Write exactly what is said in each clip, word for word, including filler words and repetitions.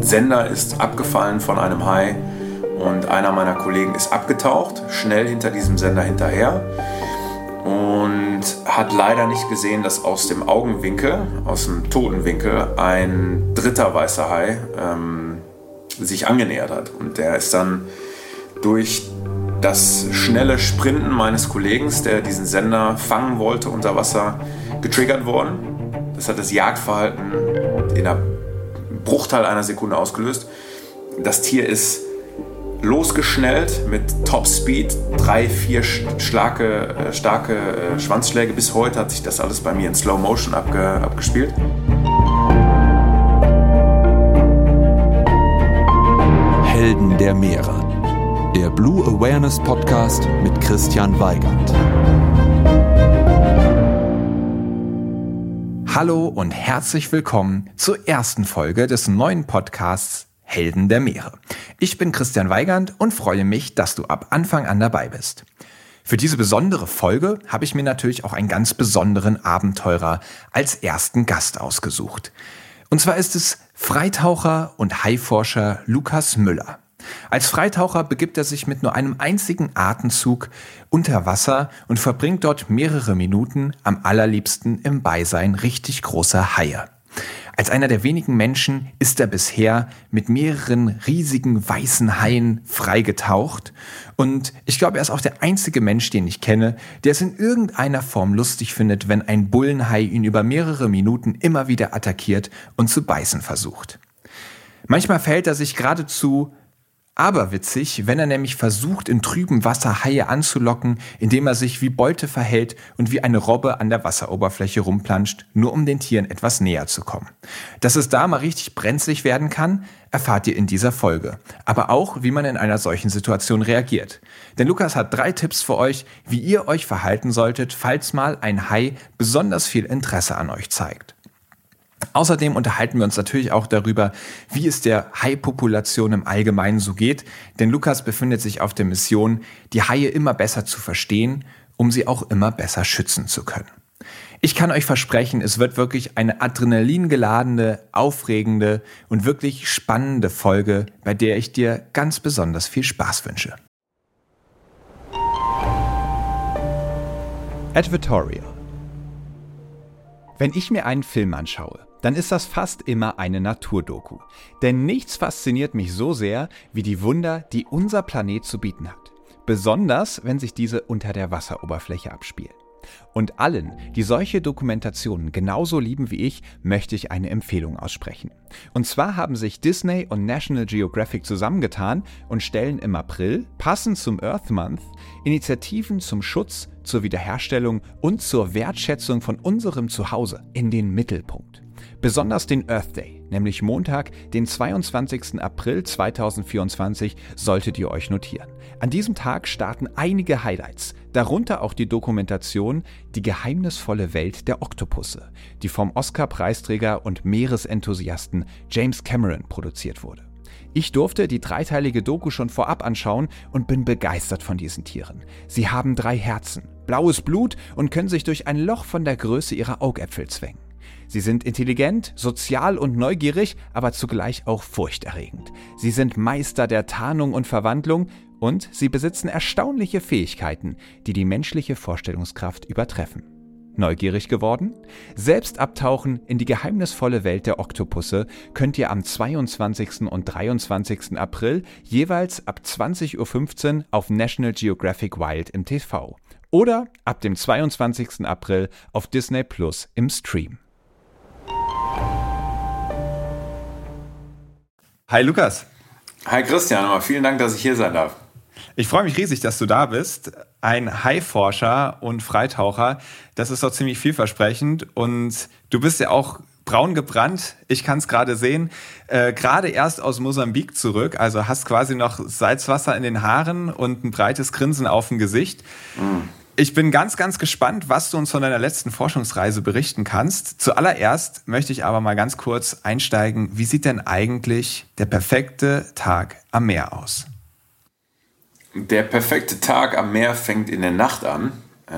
Sender ist abgefallen von einem Hai und einer meiner Kollegen ist abgetaucht, schnell hinter diesem Sender hinterher und hat leider nicht gesehen, dass aus dem Augenwinkel, aus dem Totenwinkel, ein dritter weißer Hai ähm, sich angenähert hat. Und der ist dann durch das schnelle Sprinten meines Kollegen, der diesen Sender fangen wollte unter Wasser, getriggert worden. Das hat das Jagdverhalten in einer Bruchteil einer Sekunde ausgelöst. Das Tier ist losgeschnellt mit Top Speed, drei, vier starke, äh, starke äh, Schwanzschläge. Bis heute hat sich das alles bei mir in Slow Motion abge, abgespielt. Helden der Meere. Der Blue Awareness Podcast mit Christian Weigand. Hallo und herzlich willkommen zur ersten Folge des neuen Podcasts Helden der Meere. Ich bin Christian Weigand und freue mich, dass du ab Anfang an dabei bist. Für diese besondere Folge habe ich mir natürlich auch einen ganz besonderen Abenteurer als ersten Gast ausgesucht. Und zwar ist es Freitaucher und Haiforscher Lukas Müller. Als Freitaucher begibt er sich mit nur einem einzigen Atemzug unter Wasser und verbringt dort mehrere Minuten, am allerliebsten im Beisein richtig großer Haie. Als einer der wenigen Menschen ist er bisher mit mehreren riesigen weißen Haien freigetaucht und ich glaube, er ist auch der einzige Mensch, den ich kenne, der es in irgendeiner Form lustig findet, wenn ein Bullenhai ihn über mehrere Minuten immer wieder attackiert und zu beißen versucht. Manchmal verhält er sich geradezu aberwitzig, wenn er nämlich versucht, in trübem Wasser Haie anzulocken, indem er sich wie Beute verhält und wie eine Robbe an der Wasseroberfläche rumplanscht, nur um den Tieren etwas näher zu kommen. Dass es da mal richtig brenzlig werden kann, erfahrt ihr in dieser Folge. Aber auch, wie man in einer solchen Situation reagiert. Denn Lukas hat drei Tipps für euch, wie ihr euch verhalten solltet, falls mal ein Hai besonders viel Interesse an euch zeigt. Außerdem unterhalten wir uns natürlich auch darüber, wie es der Hai-Population im Allgemeinen so geht, denn Lukas befindet sich auf der Mission, die Haie immer besser zu verstehen, um sie auch immer besser schützen zu können. Ich kann euch versprechen, es wird wirklich eine adrenalingeladene, aufregende und wirklich spannende Folge, bei der ich dir ganz besonders viel Spaß wünsche. Advertorial. Wenn ich mir einen Film anschaue, dann ist das fast immer eine Naturdoku. Denn nichts fasziniert mich so sehr wie die Wunder, die unser Planet zu bieten hat. Besonders, wenn sich diese unter der Wasseroberfläche abspielen. Und allen, die solche Dokumentationen genauso lieben wie ich, möchte ich eine Empfehlung aussprechen. Und zwar haben sich Disney und National Geographic zusammengetan und stellen im April, passend zum Earth Month, Initiativen zum Schutz, zur Wiederherstellung und zur Wertschätzung von unserem Zuhause in den Mittelpunkt. Besonders den Earth Day, nämlich Montag, den zweiundzwanzigsten April zweitausendvierundzwanzig, solltet ihr euch notieren. An diesem Tag starten einige Highlights, darunter auch die Dokumentation Die geheimnisvolle Welt der Oktopusse, die vom Oscar-Preisträger und Meeresenthusiasten James Cameron produziert wurde. Ich durfte die dreiteilige Doku schon vorab anschauen und bin begeistert von diesen Tieren. Sie haben drei Herzen, blaues Blut und können sich durch ein Loch von der Größe ihrer Augäpfel zwängen. Sie sind intelligent, sozial und neugierig, aber zugleich auch furchterregend. Sie sind Meister der Tarnung und Verwandlung und sie besitzen erstaunliche Fähigkeiten, die die menschliche Vorstellungskraft übertreffen. Neugierig geworden? Selbst abtauchen in die geheimnisvolle Welt der Oktopusse könnt ihr am zweiundzwanzigsten und dreiundzwanzigsten April jeweils ab zwanzig Uhr fünfzehn auf National Geographic Wild im T V oder ab dem zweiundzwanzigsten April auf Disney Plus im Stream. Hi Lukas. Hi Christian, vielen Dank, dass ich hier sein darf. Ich freue mich riesig, dass du da bist. Ein Haiforscher und Freitaucher, das ist doch ziemlich vielversprechend. Und du bist ja auch braun gebrannt, ich kann es gerade sehen, äh, gerade erst aus Mosambik zurück. Also hast quasi noch Salzwasser in den Haaren und ein breites Grinsen auf dem Gesicht. Mm. Ich bin ganz, ganz gespannt, was du uns von deiner letzten Forschungsreise berichten kannst. Zuallererst möchte ich aber mal ganz kurz einsteigen. Wie sieht denn eigentlich der perfekte Tag am Meer aus? Der perfekte Tag am Meer fängt in der Nacht an.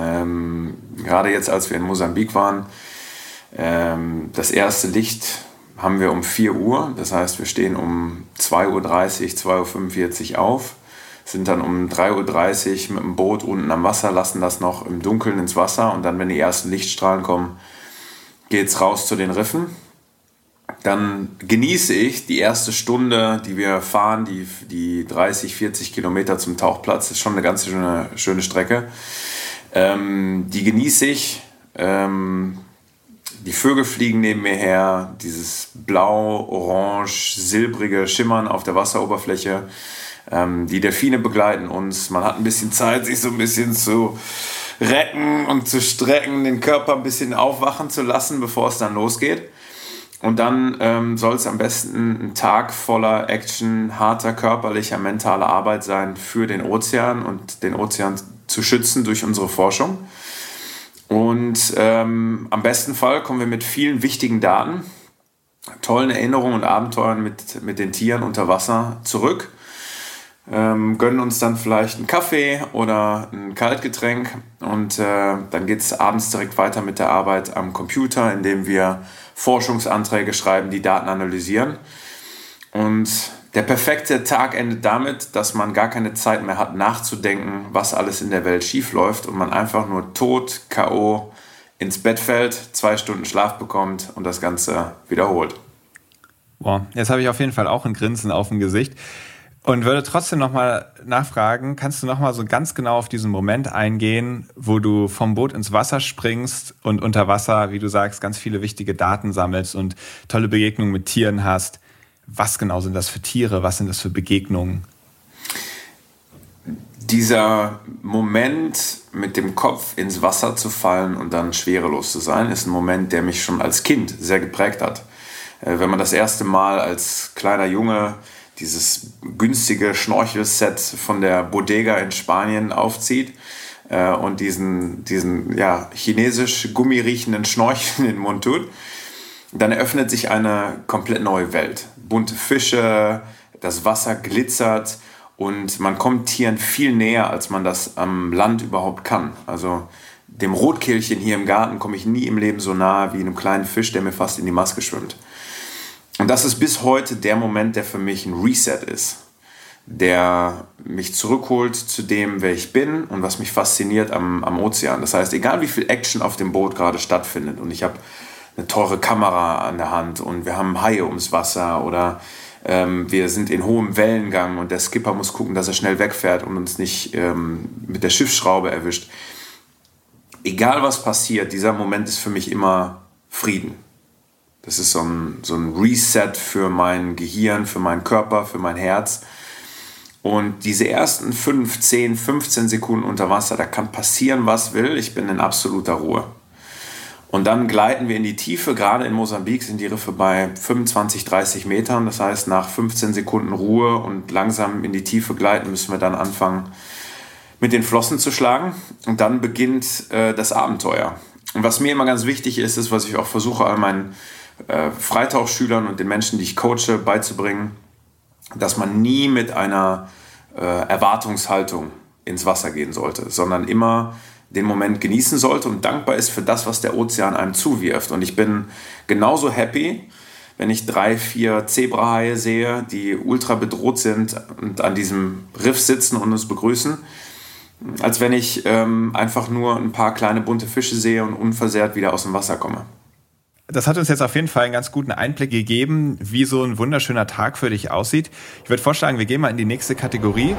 Ähm, gerade jetzt, als wir in Mosambik waren, ähm, das erste Licht haben wir um vier Uhr. Das heißt, wir stehen um zwei Uhr dreißig, zwei Uhr fünfundvierzig auf, sind dann um drei Uhr dreißig mit dem Boot unten am Wasser, lassen das noch im Dunkeln ins Wasser und dann, wenn die ersten Lichtstrahlen kommen, geht's raus zu den Riffen. Dann genieße ich die erste Stunde, die wir fahren, die, die dreißig, vierzig Kilometer zum Tauchplatz. Das ist schon eine ganz schöne, schöne Strecke. Ähm, die genieße ich. Ähm, die Vögel fliegen neben mir her. Dieses blau, orange, silbrige Schimmern auf der Wasseroberfläche. Ähm, die Delfine begleiten uns. Man hat ein bisschen Zeit, sich so ein bisschen zu recken und zu strecken, den Körper ein bisschen aufwachen zu lassen, bevor es dann losgeht. Und dann ähm, soll es am besten ein Tag voller Action, harter körperlicher, mentaler Arbeit sein für den Ozean und den Ozean zu schützen durch unsere Forschung. Und ähm, am besten Fall kommen wir mit vielen wichtigen Daten, tollen Erinnerungen und Abenteuern mit, mit den Tieren unter Wasser zurück. Ähm, gönnen uns dann vielleicht einen Kaffee oder ein Kaltgetränk und äh, dann geht es abends direkt weiter mit der Arbeit am Computer, indem wir Forschungsanträge schreiben, die Daten analysieren. Und der perfekte Tag endet damit, dass man gar keine Zeit mehr hat, nachzudenken, was alles in der Welt schief läuft und man einfach nur tot, K O ins Bett fällt, zwei Stunden Schlaf bekommt und das Ganze wiederholt. Boah, jetzt habe ich auf jeden Fall auch ein Grinsen auf dem Gesicht. Und würde trotzdem nochmal nachfragen, kannst du nochmal so ganz genau auf diesen Moment eingehen, wo du vom Boot ins Wasser springst und unter Wasser, wie du sagst, ganz viele wichtige Daten sammelst und tolle Begegnungen mit Tieren hast. Was genau sind das für Tiere? Was sind das für Begegnungen? Dieser Moment, mit dem Kopf ins Wasser zu fallen und dann schwerelos zu sein, ist ein Moment, der mich schon als Kind sehr geprägt hat. Wenn man das erste Mal als kleiner Junge dieses günstige Schnorchelset von der Bodega in Spanien aufzieht äh, und diesen, diesen ja, chinesisch gummiriechenden Schnorchel in den Mund tut, dann eröffnet sich eine komplett neue Welt. Bunte Fische, das Wasser glitzert und man kommt Tieren viel näher, als man das am Land überhaupt kann. Also dem Rotkehlchen hier im Garten komme ich nie im Leben so nahe wie einem kleinen Fisch, der mir fast in die Maske schwimmt. Und das ist bis heute der Moment, der für mich ein Reset ist, der mich zurückholt zu dem, wer ich bin und was mich fasziniert am, am Ozean. Das heißt, egal wie viel Action auf dem Boot gerade stattfindet und ich habe eine teure Kamera an der Hand und wir haben Haie ums Wasser oder ähm, wir sind in hohem Wellengang und der Skipper muss gucken, dass er schnell wegfährt und uns nicht ähm, mit der Schiffsschraube erwischt. Egal was passiert, dieser Moment ist für mich immer Frieden. Das ist so ein, so ein Reset für mein Gehirn, für meinen Körper, für mein Herz. Und diese ersten fünf, zehn, fünfzehn Sekunden unter Wasser, da kann passieren, was will. Ich bin in absoluter Ruhe. Und dann gleiten wir in die Tiefe. Gerade in Mosambik sind die Riffe bei fünfundzwanzig, dreißig Metern. Das heißt, nach fünfzehn Sekunden Ruhe und langsam in die Tiefe gleiten, müssen wir dann anfangen, mit den Flossen zu schlagen. Und dann beginnt äh, das Abenteuer. Und was mir immer ganz wichtig ist, ist, was ich auch versuche, all meinen äh, Freitauchschülern und den Menschen, die ich coache, beizubringen, dass man nie mit einer äh, Erwartungshaltung ins Wasser gehen sollte, sondern immer den Moment genießen sollte und dankbar ist für das, was der Ozean einem zuwirft. Und ich bin genauso happy, wenn ich drei, vier Zebrahaie sehe, die ultra bedroht sind und an diesem Riff sitzen und uns begrüßen, als wenn ich ähm, einfach nur ein paar kleine bunte Fische sehe und unversehrt wieder aus dem Wasser komme. Das hat uns jetzt auf jeden Fall einen ganz guten Einblick gegeben, wie so ein wunderschöner Tag für dich aussieht. Ich würde vorschlagen, wir gehen mal in die nächste Kategorie.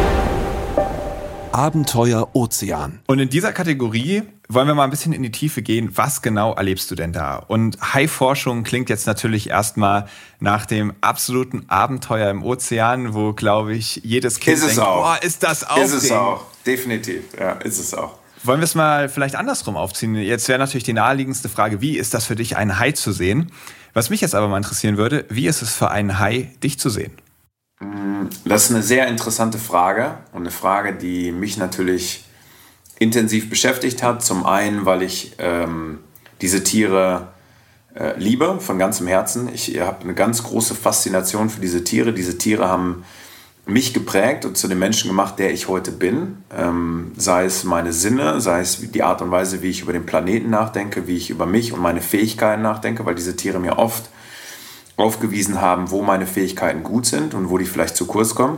Abenteuer Ozean. Und in dieser Kategorie wollen wir mal ein bisschen in die Tiefe gehen. Was genau erlebst du denn da? Und Haiforschung klingt jetzt natürlich erstmal nach dem absoluten Abenteuer im Ozean, wo, glaube ich, jedes Kind ist denkt, boah, ist das auch. Ist es auch, definitiv, ja, ist es auch. Wollen wir es mal vielleicht andersrum aufziehen? Jetzt wäre natürlich die naheliegendste Frage, wie ist das für dich, einen Hai zu sehen? Was mich jetzt aber mal interessieren würde, wie ist es für einen Hai, dich zu sehen? Das ist eine sehr interessante Frage und eine Frage, die mich natürlich intensiv beschäftigt hat. Zum einen, weil ich ähm, diese Tiere äh, liebe, von ganzem Herzen. Ich habe eine ganz große Faszination für diese Tiere. Diese Tiere haben mich geprägt und zu dem Menschen gemacht, der ich heute bin. Ähm, sei es meine Sinne, sei es die Art und Weise, wie ich über den Planeten nachdenke, wie ich über mich und meine Fähigkeiten nachdenke, weil diese Tiere mir oft aufgewiesen haben, wo meine Fähigkeiten gut sind und wo die vielleicht zu kurz kommen.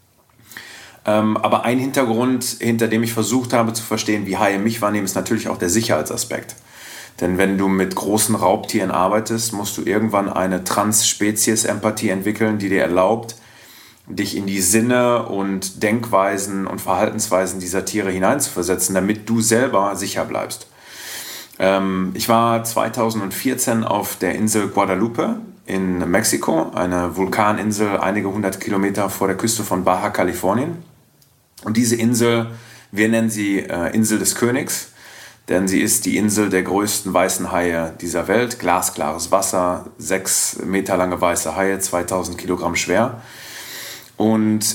Ähm, aber ein Hintergrund, hinter dem ich versucht habe zu verstehen, wie Haie mich wahrnehmen, ist natürlich auch der Sicherheitsaspekt. Denn wenn du mit großen Raubtieren arbeitest, musst du irgendwann eine Transspezies-Empathie entwickeln, die dir erlaubt, dich in die Sinne und Denkweisen und Verhaltensweisen dieser Tiere hineinzuversetzen, damit du selber sicher bleibst. Ähm, ich war zweitausendvierzehn auf der Insel Guadalupe in Mexiko, eine Vulkaninsel einige hundert Kilometer vor der Küste von Baja Kalifornien. Und diese Insel, wir nennen sie äh, Insel des Königs, denn sie ist die Insel der größten weißen Haie dieser Welt. Glasklares Wasser, sechs Meter lange weiße Haie, zweitausend Kilogramm schwer. Und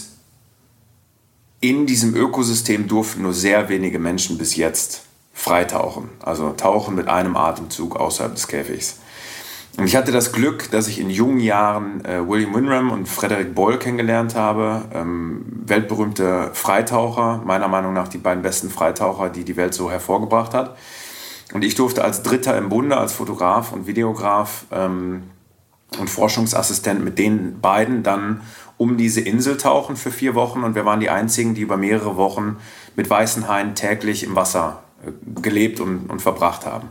in diesem Ökosystem durften nur sehr wenige Menschen bis jetzt freitauchen, also tauchen mit einem Atemzug außerhalb des Käfigs. Und ich hatte das Glück, dass ich in jungen Jahren äh, William Windram und Frederick Boyle kennengelernt habe, ähm, weltberühmte Freitaucher, meiner Meinung nach die beiden besten Freitaucher, die die Welt so hervorgebracht hat. Und ich durfte als Dritter im Bunde, als Fotograf und Videograf ähm, und Forschungsassistent mit den beiden dann um diese Insel tauchen für vier Wochen. Und wir waren die einzigen, die über mehrere Wochen mit weißen Haien täglich im Wasser äh, gelebt und, und verbracht haben.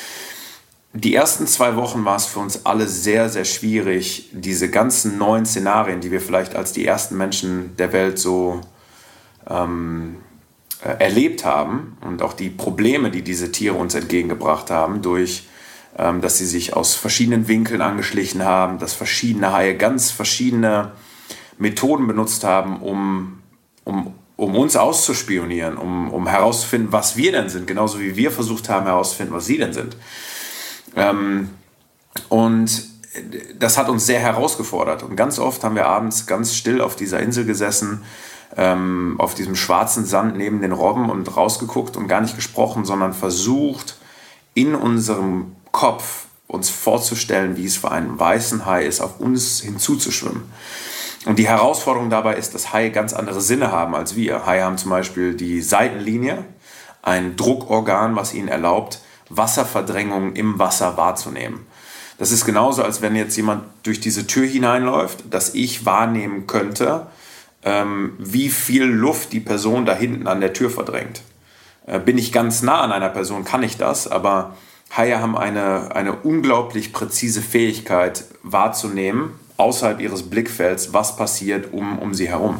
Die ersten zwei Wochen war es für uns alle sehr, sehr schwierig, diese ganzen neuen Szenarien, die wir vielleicht als die ersten Menschen der Welt so ähm, äh, erlebt haben und auch die Probleme, die diese Tiere uns entgegengebracht haben, durch, ähm, dass sie sich aus verschiedenen Winkeln angeschlichen haben, dass verschiedene Haie ganz verschiedene Methoden benutzt haben, um, um, um uns auszuspionieren, um, um herauszufinden, was wir denn sind, genauso wie wir versucht haben herauszufinden, was sie denn sind. Ähm, und das hat uns sehr herausgefordert. Und ganz oft haben wir abends ganz still auf dieser Insel gesessen, ähm, auf diesem schwarzen Sand neben den Robben und rausgeguckt und gar nicht gesprochen, sondern versucht, in unserem Kopf uns vorzustellen, wie es für einen weißen Hai ist, auf uns hinzuzuschwimmen. Und die Herausforderung dabei ist, dass Haie ganz andere Sinne haben als wir. Haie haben zum Beispiel die Seitenlinie, ein Druckorgan, was ihnen erlaubt, Wasserverdrängung im Wasser wahrzunehmen. Das ist genauso, als wenn jetzt jemand durch diese Tür hineinläuft, dass ich wahrnehmen könnte, ähm, wie viel Luft die Person da hinten an der Tür verdrängt. Äh, bin ich ganz nah an einer Person, kann ich das, aber Haie haben eine, eine unglaublich präzise Fähigkeit wahrzunehmen, außerhalb ihres Blickfelds, was passiert um, um sie herum.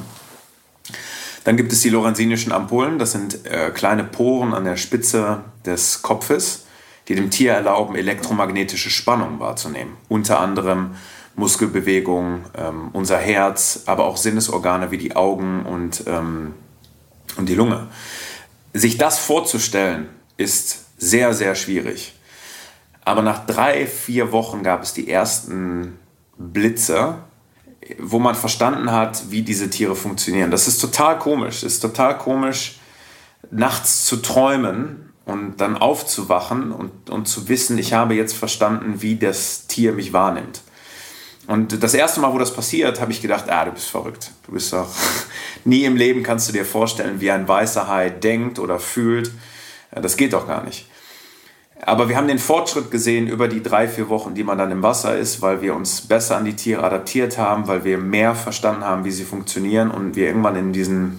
Dann gibt es die lorenzinischen Ampullen, das sind äh, kleine Poren an der Spitze des Kopfes, die dem Tier erlauben, elektromagnetische Spannung wahrzunehmen. Unter anderem Muskelbewegungen, ähm, unser Herz, aber auch Sinnesorgane wie die Augen und, ähm, und die Lunge. Sich das vorzustellen, ist sehr, sehr schwierig. Aber nach drei, vier Wochen gab es die ersten Blitze, wo man verstanden hat, wie diese Tiere funktionieren. Das ist total komisch. Es ist total komisch, nachts zu träumen und dann aufzuwachen und, und zu wissen, ich habe jetzt verstanden, wie das Tier mich wahrnimmt. Und das erste Mal, wo das passiert, habe ich gedacht, ah, du bist verrückt. Du bist doch nie im Leben kannst du dir vorstellen, wie ein weißer Hai denkt oder fühlt. Das geht doch gar nicht. Aber wir haben den Fortschritt gesehen über die drei, vier Wochen, die man dann im Wasser ist, weil wir uns besser an die Tiere adaptiert haben, weil wir mehr verstanden haben, wie sie funktionieren und wir irgendwann in diesen,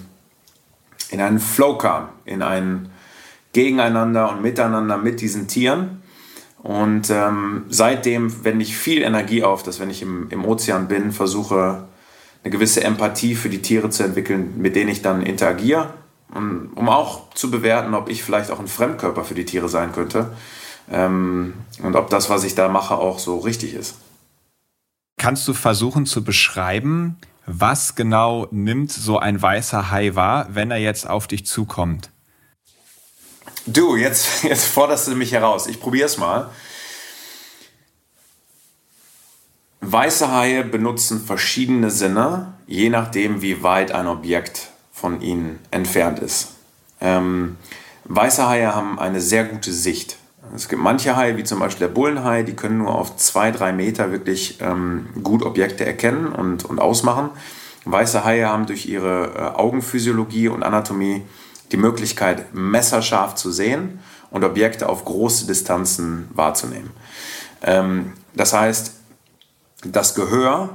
in einen Flow kamen, in ein Gegeneinander und Miteinander mit diesen Tieren. Und ähm, seitdem wende ich viel Energie auf, dass wenn ich im, im Ozean bin, versuche eine gewisse Empathie für die Tiere zu entwickeln, mit denen ich dann interagiere. Um, um auch zu bewerten, ob ich vielleicht auch ein Fremdkörper für die Tiere sein könnte ähm, und ob das, was ich da mache, auch so richtig ist. Kannst du versuchen zu beschreiben, was genau nimmt so ein weißer Hai wahr, wenn er jetzt auf dich zukommt? Du, jetzt, jetzt forderst du mich heraus. Ich probiere es mal. Weiße Haie benutzen verschiedene Sinne, je nachdem, wie weit ein Objekt von ihnen entfernt ist. Ähm, weiße Haie haben eine sehr gute Sicht. Es gibt manche Haie, wie zum Beispiel der Bullenhai, die können nur auf zwei, drei Meter wirklich ähm, gut Objekte erkennen und, und ausmachen. Weiße Haie haben durch ihre äh, Augenphysiologie und Anatomie die Möglichkeit, messerscharf zu sehen und Objekte auf große Distanzen wahrzunehmen. Ähm, das heißt, Das Gehör,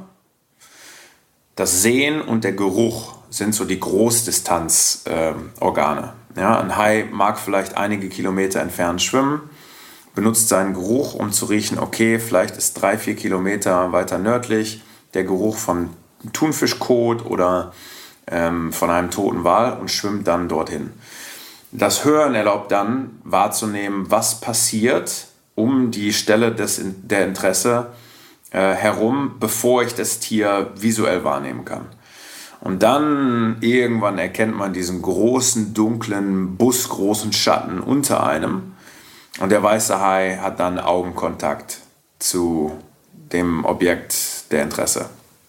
das Sehen und der Geruch sind so die Großdistanzorgane. Äh, ja, ein Hai mag vielleicht einige Kilometer entfernt schwimmen, benutzt seinen Geruch, um zu riechen, okay, vielleicht ist drei, vier Kilometer weiter nördlich der Geruch von Thunfischkot oder ähm, von einem toten Wal und schwimmt dann dorthin. Das Hören erlaubt dann wahrzunehmen, was passiert um die Stelle des, der Interesse äh, herum, bevor ich das Tier visuell wahrnehmen kann. Und dann irgendwann erkennt man diesen großen, dunklen, busgroßen Schatten unter einem. Und der weiße Hai hat dann Augenkontakt zu dem Objekt der Interesse.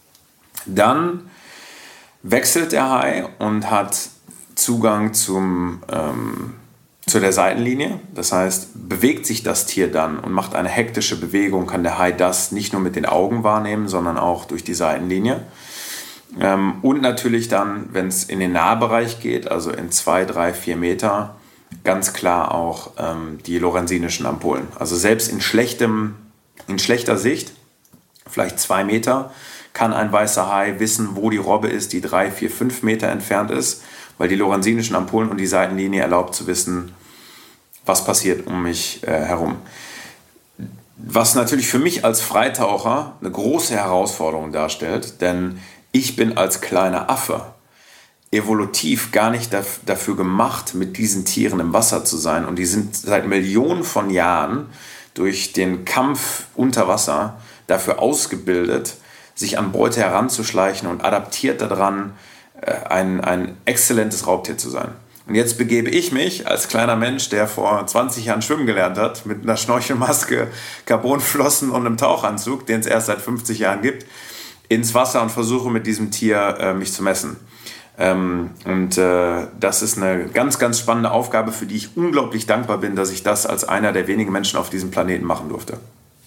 Dann wechselt der Hai und hat Zugang zum, ähm, zu der Seitenlinie. Das heißt, bewegt sich das Tier dann und macht eine hektische Bewegung, kann der Hai das nicht nur mit den Augen wahrnehmen, sondern auch durch die Seitenlinie. Ähm, und natürlich dann, wenn es in den Nahbereich geht, also in zwei, drei, vier Meter, ganz klar auch ähm, die lorenzinischen Ampullen. Also selbst in, schlechtem, in schlechter Sicht, vielleicht zwei Meter, kann ein weißer Hai wissen, wo die Robbe ist, die drei, vier, fünf Meter entfernt ist, weil die lorenzinischen Ampullen und die Seitenlinie erlaubt zu wissen, was passiert um mich äh, herum. Was natürlich für mich als Freitaucher eine große Herausforderung darstellt, denn ich bin als kleiner Affe evolutiv gar nicht daf- dafür gemacht, mit diesen Tieren im Wasser zu sein. Und die sind seit Millionen von Jahren durch den Kampf unter Wasser dafür ausgebildet, sich an Beute heranzuschleichen und adaptiert daran, ein, ein exzellentes Raubtier zu sein. Und jetzt begebe ich mich als kleiner Mensch, der vor zwanzig Jahren schwimmen gelernt hat, mit einer Schnorchelmaske, Carbonflossen und einem Tauchanzug, den es erst seit fünfzig Jahren gibt, ins Wasser und versuche mit diesem Tier äh, mich zu messen. Ähm, und äh, das ist eine ganz, ganz spannende Aufgabe, für die ich unglaublich dankbar bin, dass ich das als einer der wenigen Menschen auf diesem Planeten machen durfte.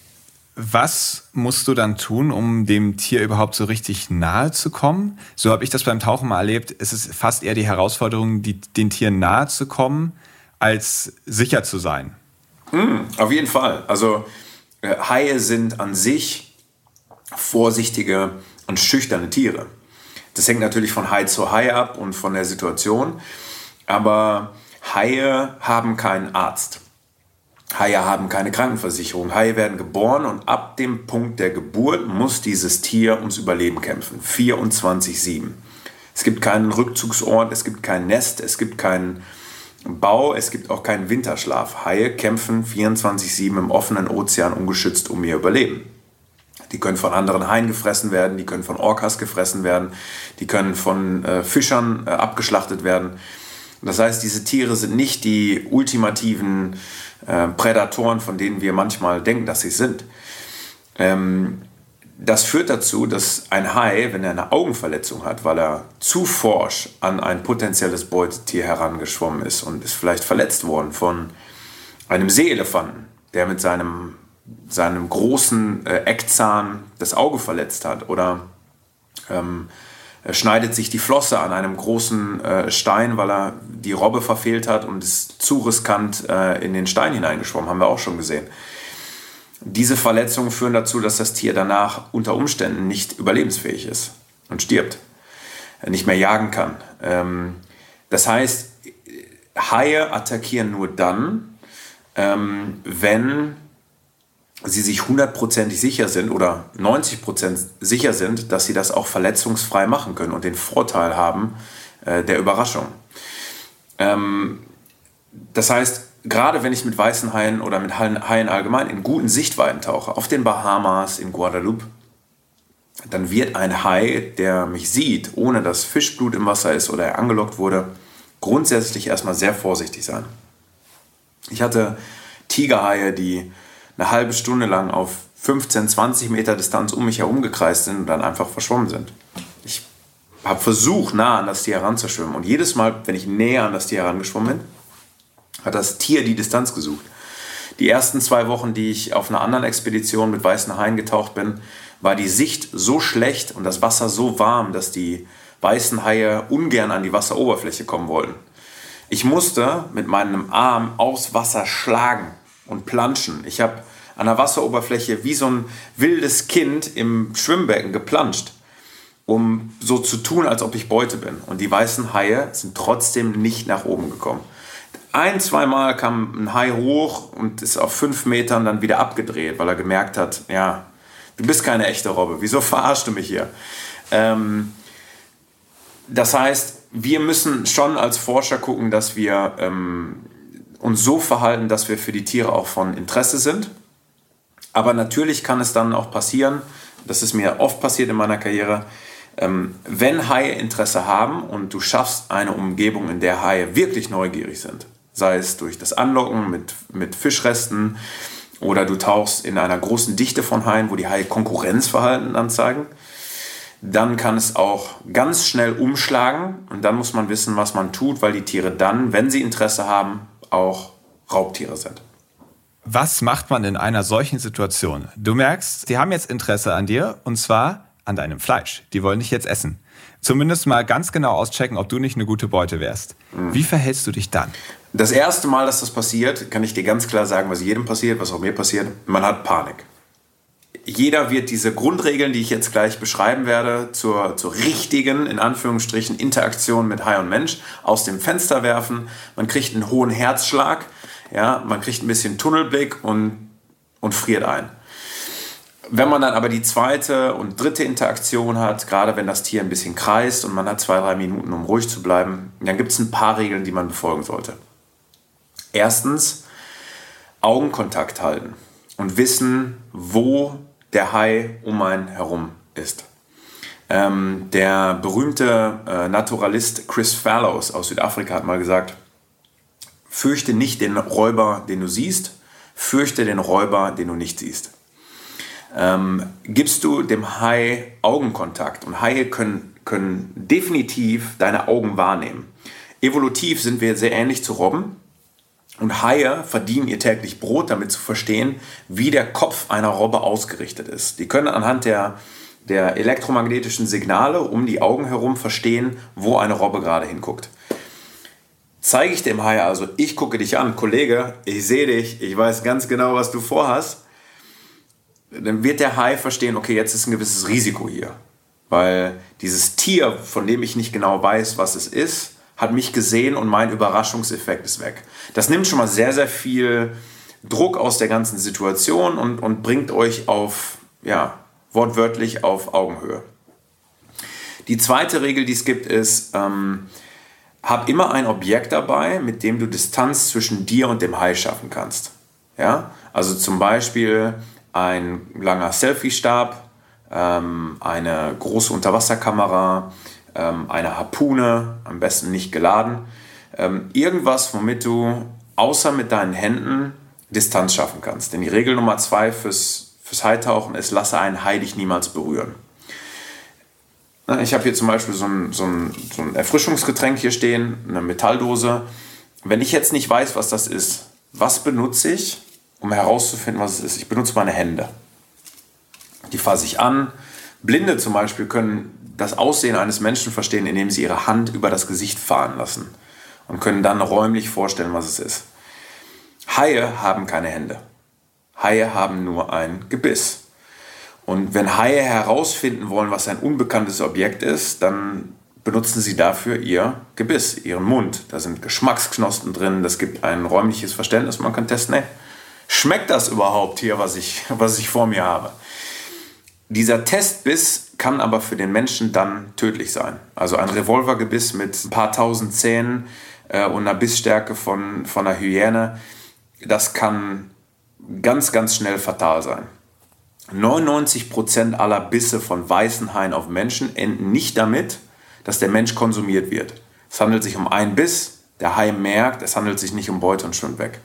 Was musst du dann tun, um dem Tier überhaupt so richtig nahe zu kommen? So habe ich das beim Tauchen mal erlebt. Es ist fast eher die Herausforderung, die, den Tieren nahe zu kommen, als sicher zu sein. Mm, auf jeden Fall. Also äh, Haie sind an sich vorsichtige und schüchterne Tiere. Das hängt natürlich von Hai zu Hai ab und von der Situation. Aber Haie haben keinen Arzt. Haie haben keine Krankenversicherung. Haie werden geboren und ab dem Punkt der Geburt muss dieses Tier ums Überleben kämpfen. vierundzwanzig sieben. Es gibt keinen Rückzugsort, es gibt kein Nest, es gibt keinen Bau, es gibt auch keinen Winterschlaf. Haie kämpfen vierundzwanzig sieben im offenen Ozean ungeschützt um ihr Überleben. Die können von anderen Haien gefressen werden, die können von Orcas gefressen werden, die können von äh, Fischern äh, abgeschlachtet werden. Das heißt, diese Tiere sind nicht die ultimativen äh, Prädatoren, von denen wir manchmal denken, dass sie sind. Ähm, das führt dazu, dass ein Hai, wenn er eine Augenverletzung hat, weil er zu forsch an ein potenzielles Beutetier herangeschwommen ist und ist vielleicht verletzt worden von einem Seeelefanten, der mit seinem, seinem großen äh, Eckzahn das Auge verletzt hat, oder ähm, er schneidet sich die Flosse an einem großen äh, Stein, weil er die Robbe verfehlt hat und ist zu riskant äh, in den Stein hineingeschwommen, haben wir auch schon gesehen. Diese Verletzungen führen dazu, dass das Tier danach unter Umständen nicht überlebensfähig ist und stirbt, nicht mehr jagen kann. Ähm, das heißt, Haie attackieren nur dann, ähm, wenn sie sich hundertprozentig sicher sind oder neunzig Prozent sicher sind, dass sie das auch verletzungsfrei machen können und den Vorteil haben äh, der Überraschung. Ähm, das heißt, gerade wenn ich mit weißen Haien oder mit Haien allgemein in guten Sichtweiten tauche, auf den Bahamas, in Guadeloupe, dann wird ein Hai, der mich sieht, ohne dass Fischblut im Wasser ist oder er angelockt wurde, grundsätzlich erstmal sehr vorsichtig sein. Ich hatte Tigerhaie, die eine halbe Stunde lang auf fünfzehn, zwanzig Meter Distanz um mich herum gekreist sind und dann einfach verschwommen sind. Ich habe versucht, nah an das Tier heranzuschwimmen. Und jedes Mal, wenn ich näher an das Tier herangeschwommen bin, hat das Tier die Distanz gesucht. Die ersten zwei Wochen, die ich auf einer anderen Expedition mit weißen Haien getaucht bin, war die Sicht so schlecht und das Wasser so warm, dass die weißen Haie ungern an die Wasseroberfläche kommen wollten. Ich musste mit meinem Arm aufs Wasser schlagen und planschen. Ich habe an der Wasseroberfläche wie so ein wildes Kind im Schwimmbecken geplanscht, um so zu tun, als ob ich Beute bin. Und die weißen Haie sind trotzdem nicht nach oben gekommen. Ein, zweimal kam ein Hai hoch und ist auf fünf Metern dann wieder abgedreht, weil er gemerkt hat, ja, du bist keine echte Robbe, wieso verarschst du mich hier? Ähm, das heißt, wir müssen schon als Forscher gucken, dass wir ähm, uns so verhalten, dass wir für die Tiere auch von Interesse sind. Aber natürlich kann es dann auch passieren, das ist mir oft passiert in meiner Karriere, ähm, wenn Haie Interesse haben und du schaffst eine Umgebung, in der Haie wirklich neugierig sind, sei es durch das Anlocken mit, mit Fischresten oder du tauchst in einer großen Dichte von Haien, wo die Haie Konkurrenzverhalten anzeigen, dann kann es auch ganz schnell umschlagen und dann muss man wissen, was man tut, weil die Tiere dann, wenn sie Interesse haben, auch Raubtiere sind. Was macht man in einer solchen Situation? Du merkst, die haben jetzt Interesse an dir und zwar an deinem Fleisch. Die wollen dich jetzt essen. Zumindest mal ganz genau auschecken, ob du nicht eine gute Beute wärst. Mhm. Wie verhältst du dich dann? Das erste Mal, dass das passiert, kann ich dir ganz klar sagen, was jedem passiert, was auch mir passiert, man hat Panik. Jeder wird diese Grundregeln, die ich jetzt gleich beschreiben werde, zur, zur richtigen, in Anführungsstrichen, Interaktion mit Hai und Mensch aus dem Fenster werfen. Man kriegt einen hohen Herzschlag, ja, man kriegt ein bisschen Tunnelblick und, und friert ein. Wenn man dann aber die zweite und dritte Interaktion hat, gerade wenn das Tier ein bisschen kreist und man hat zwei, drei Minuten, um ruhig zu bleiben, dann gibt es ein paar Regeln, die man befolgen sollte. Erstens, Augenkontakt halten und wissen, wo der Hai um einen herum ist. Ähm, der berühmte äh, Naturalist Chris Fallows aus Südafrika hat mal gesagt, fürchte nicht den Räuber, den du siehst, fürchte den Räuber, den du nicht siehst. Ähm, gibst du dem Hai Augenkontakt und Haie können, können definitiv deine Augen wahrnehmen. Evolutiv sind wir sehr ähnlich zu Robben. Und Haie verdienen ihr täglich Brot, damit zu verstehen, wie der Kopf einer Robbe ausgerichtet ist. Die können anhand der, der elektromagnetischen Signale um die Augen herum verstehen, wo eine Robbe gerade hinguckt. Zeige ich dem Hai also, ich gucke dich an, Kollege, ich sehe dich, ich weiß ganz genau, was du vorhast, dann wird der Hai verstehen, okay, jetzt ist ein gewisses Risiko hier. Weil dieses Tier, von dem ich nicht genau weiß, was es ist, hat mich gesehen und mein Überraschungseffekt ist weg. Das nimmt schon mal sehr, sehr viel Druck aus der ganzen Situation und, und bringt euch auf, ja, wortwörtlich auf Augenhöhe. Die zweite Regel, die es gibt, ist, ähm, hab immer ein Objekt dabei, mit dem du Distanz zwischen dir und dem Hai schaffen kannst. Ja? Also zum Beispiel ein langer Selfie-Stab, ähm, eine große Unterwasserkamera, eine Harpune, am besten nicht geladen. Irgendwas, womit du außer mit deinen Händen Distanz schaffen kannst. Denn die Regel Nummer zwei fürs, fürs Haitauchen ist, lasse einen Hai dich niemals berühren. Ich habe hier zum Beispiel so ein, so, ein, so ein Erfrischungsgetränk hier stehen, eine Metalldose. Wenn ich jetzt nicht weiß, was das ist, was benutze ich, um herauszufinden, was es ist? Ich benutze meine Hände. Die fasse ich an. Blinde zum Beispiel können das Aussehen eines Menschen verstehen, indem sie ihre Hand über das Gesicht fahren lassen und können dann räumlich vorstellen, was es ist. Haie haben keine Hände. Haie haben nur ein Gebiss. Und wenn Haie herausfinden wollen, was ein unbekanntes Objekt ist, dann benutzen sie dafür ihr Gebiss, ihren Mund. Da sind Geschmacksknospen drin, das gibt ein räumliches Verständnis. Man kann testen, hey, schmeckt das überhaupt hier, was ich, was ich vor mir habe? Dieser Testbiss kann aber für den Menschen dann tödlich sein. Also ein Revolvergebiss mit ein paar tausend Zähnen äh, und einer Bissstärke von, von einer Hyäne, das kann ganz, ganz schnell fatal sein. neunundneunzig Prozent aller Bisse von weißen Haien auf Menschen enden nicht damit, dass der Mensch konsumiert wird. Es handelt sich um einen Biss, der Hai merkt, es handelt sich nicht um Beute und schwimmt weg.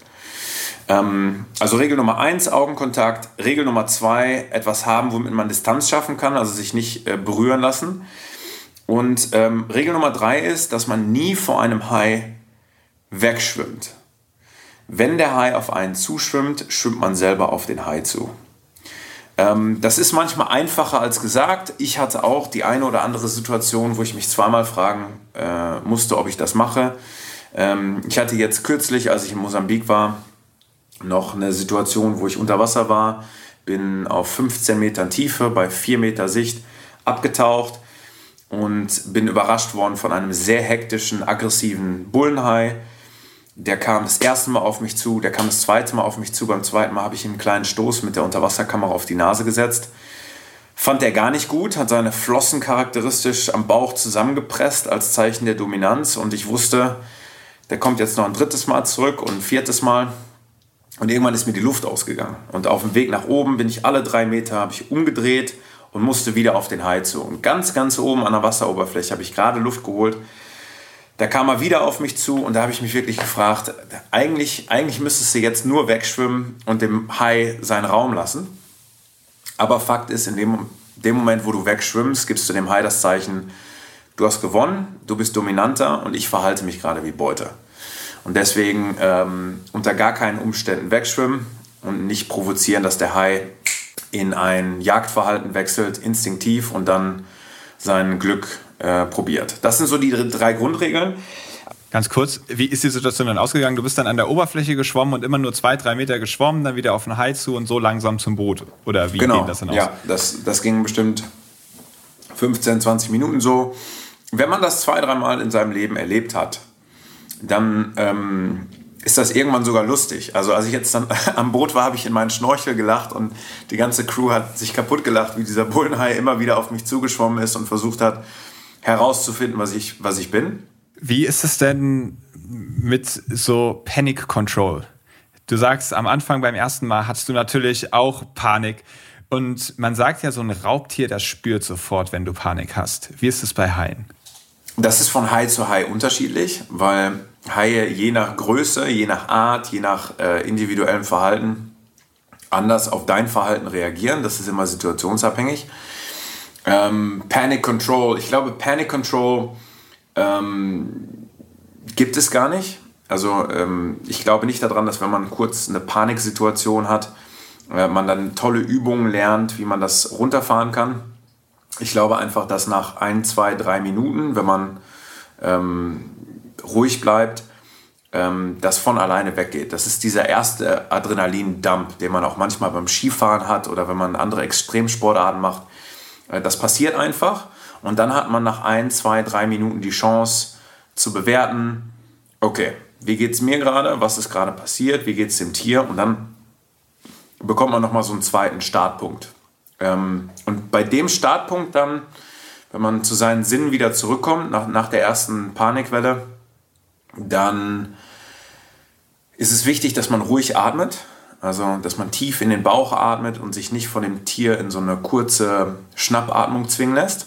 Also Regel Nummer eins, Augenkontakt. Regel Nummer zwei, etwas haben, womit man Distanz schaffen kann, also sich nicht äh, berühren lassen. Und ähm, Regel Nummer drei ist, dass man nie vor einem Hai wegschwimmt. Wenn der Hai auf einen zuschwimmt, schwimmt man selber auf den Hai zu. Ähm, das ist manchmal einfacher als gesagt. Ich hatte auch die eine oder andere Situation, wo ich mich zweimal fragen äh, musste, ob ich das mache. Ähm, ich hatte jetzt kürzlich, als ich in Mosambik war, noch eine Situation, wo ich unter Wasser war, bin auf fünfzehn Metern Tiefe bei vier Meter Sicht abgetaucht und bin überrascht worden von einem sehr hektischen, aggressiven Bullenhai. Der kam das erste Mal auf mich zu, der kam das zweite Mal auf mich zu. Beim zweiten Mal habe ich ihm einen kleinen Stoß mit der Unterwasserkamera auf die Nase gesetzt. Fand er gar nicht gut, hat seine Flossen charakteristisch am Bauch zusammengepresst als Zeichen der Dominanz. Und ich wusste, der kommt jetzt noch ein drittes Mal zurück und ein viertes Mal. Und irgendwann ist mir die Luft ausgegangen. Und auf dem Weg nach oben bin ich alle drei Meter, habe ich umgedreht und musste wieder auf den Hai zu. Und ganz, ganz oben an der Wasseroberfläche habe ich gerade Luft geholt. Da kam er wieder auf mich zu und da habe ich mich wirklich gefragt, eigentlich, eigentlich müsstest du jetzt nur wegschwimmen und dem Hai seinen Raum lassen. Aber Fakt ist, in dem, dem Moment, wo du wegschwimmst, gibst du dem Hai das Zeichen, du hast gewonnen, du bist dominanter und ich verhalte mich gerade wie Beute. Und deswegen ähm, unter gar keinen Umständen wegschwimmen und nicht provozieren, dass der Hai in ein Jagdverhalten wechselt, instinktiv und dann sein Glück äh, probiert. Das sind so die drei Grundregeln. Ganz kurz, wie ist die Situation dann ausgegangen? Du bist dann an der Oberfläche geschwommen und immer nur zwei, drei Meter geschwommen, dann wieder auf den Hai zu und so langsam zum Boot. Oder wie genau. ging das dann aus? Ja, das, das ging bestimmt fünfzehn, zwanzig Minuten so. Wenn man das zwei, dreimal in seinem Leben erlebt hat, dann ähm, ist das irgendwann sogar lustig. Also als ich jetzt dann am Boot war, habe ich in meinen Schnorchel gelacht und die ganze Crew hat sich kaputt gelacht, wie dieser Bullenhai immer wieder auf mich zugeschwommen ist und versucht hat, herauszufinden, was ich, was ich bin. Wie ist es denn mit so Panic Control? Du sagst, am Anfang beim ersten Mal hattest du natürlich auch Panik. Und man sagt ja, so ein Raubtier, das spürt sofort, wenn du Panik hast. Wie ist es bei Haien? Das ist von Hai zu Hai unterschiedlich, weil Haie je nach Größe, je nach Art, je nach äh, individuellem Verhalten anders auf dein Verhalten reagieren. Das ist immer situationsabhängig. Ähm, Panic Control, ich glaube, Panic Control ähm, gibt es gar nicht. Also ähm, ich glaube nicht daran, dass wenn man kurz eine Paniksituation hat, äh, man dann tolle Übungen lernt, wie man das runterfahren kann. Ich glaube einfach, dass nach ein, zwei, drei Minuten, wenn man ähm, ruhig bleibt, ähm, das von alleine weggeht. Das ist dieser erste Adrenalin-Dump, den man auch manchmal beim Skifahren hat oder wenn man andere Extremsportarten macht. Äh, das passiert einfach und dann hat man nach ein, zwei, drei Minuten die Chance zu bewerten, okay, wie geht es mir gerade, was ist gerade passiert, wie geht es dem Tier und dann bekommt man nochmal so einen zweiten Startpunkt. Und bei dem Startpunkt dann, wenn man zu seinen Sinnen wieder zurückkommt, nach, nach der ersten Panikwelle, dann ist es wichtig, dass man ruhig atmet, also dass man tief in den Bauch atmet und sich nicht von dem Tier in so eine kurze Schnappatmung zwingen lässt.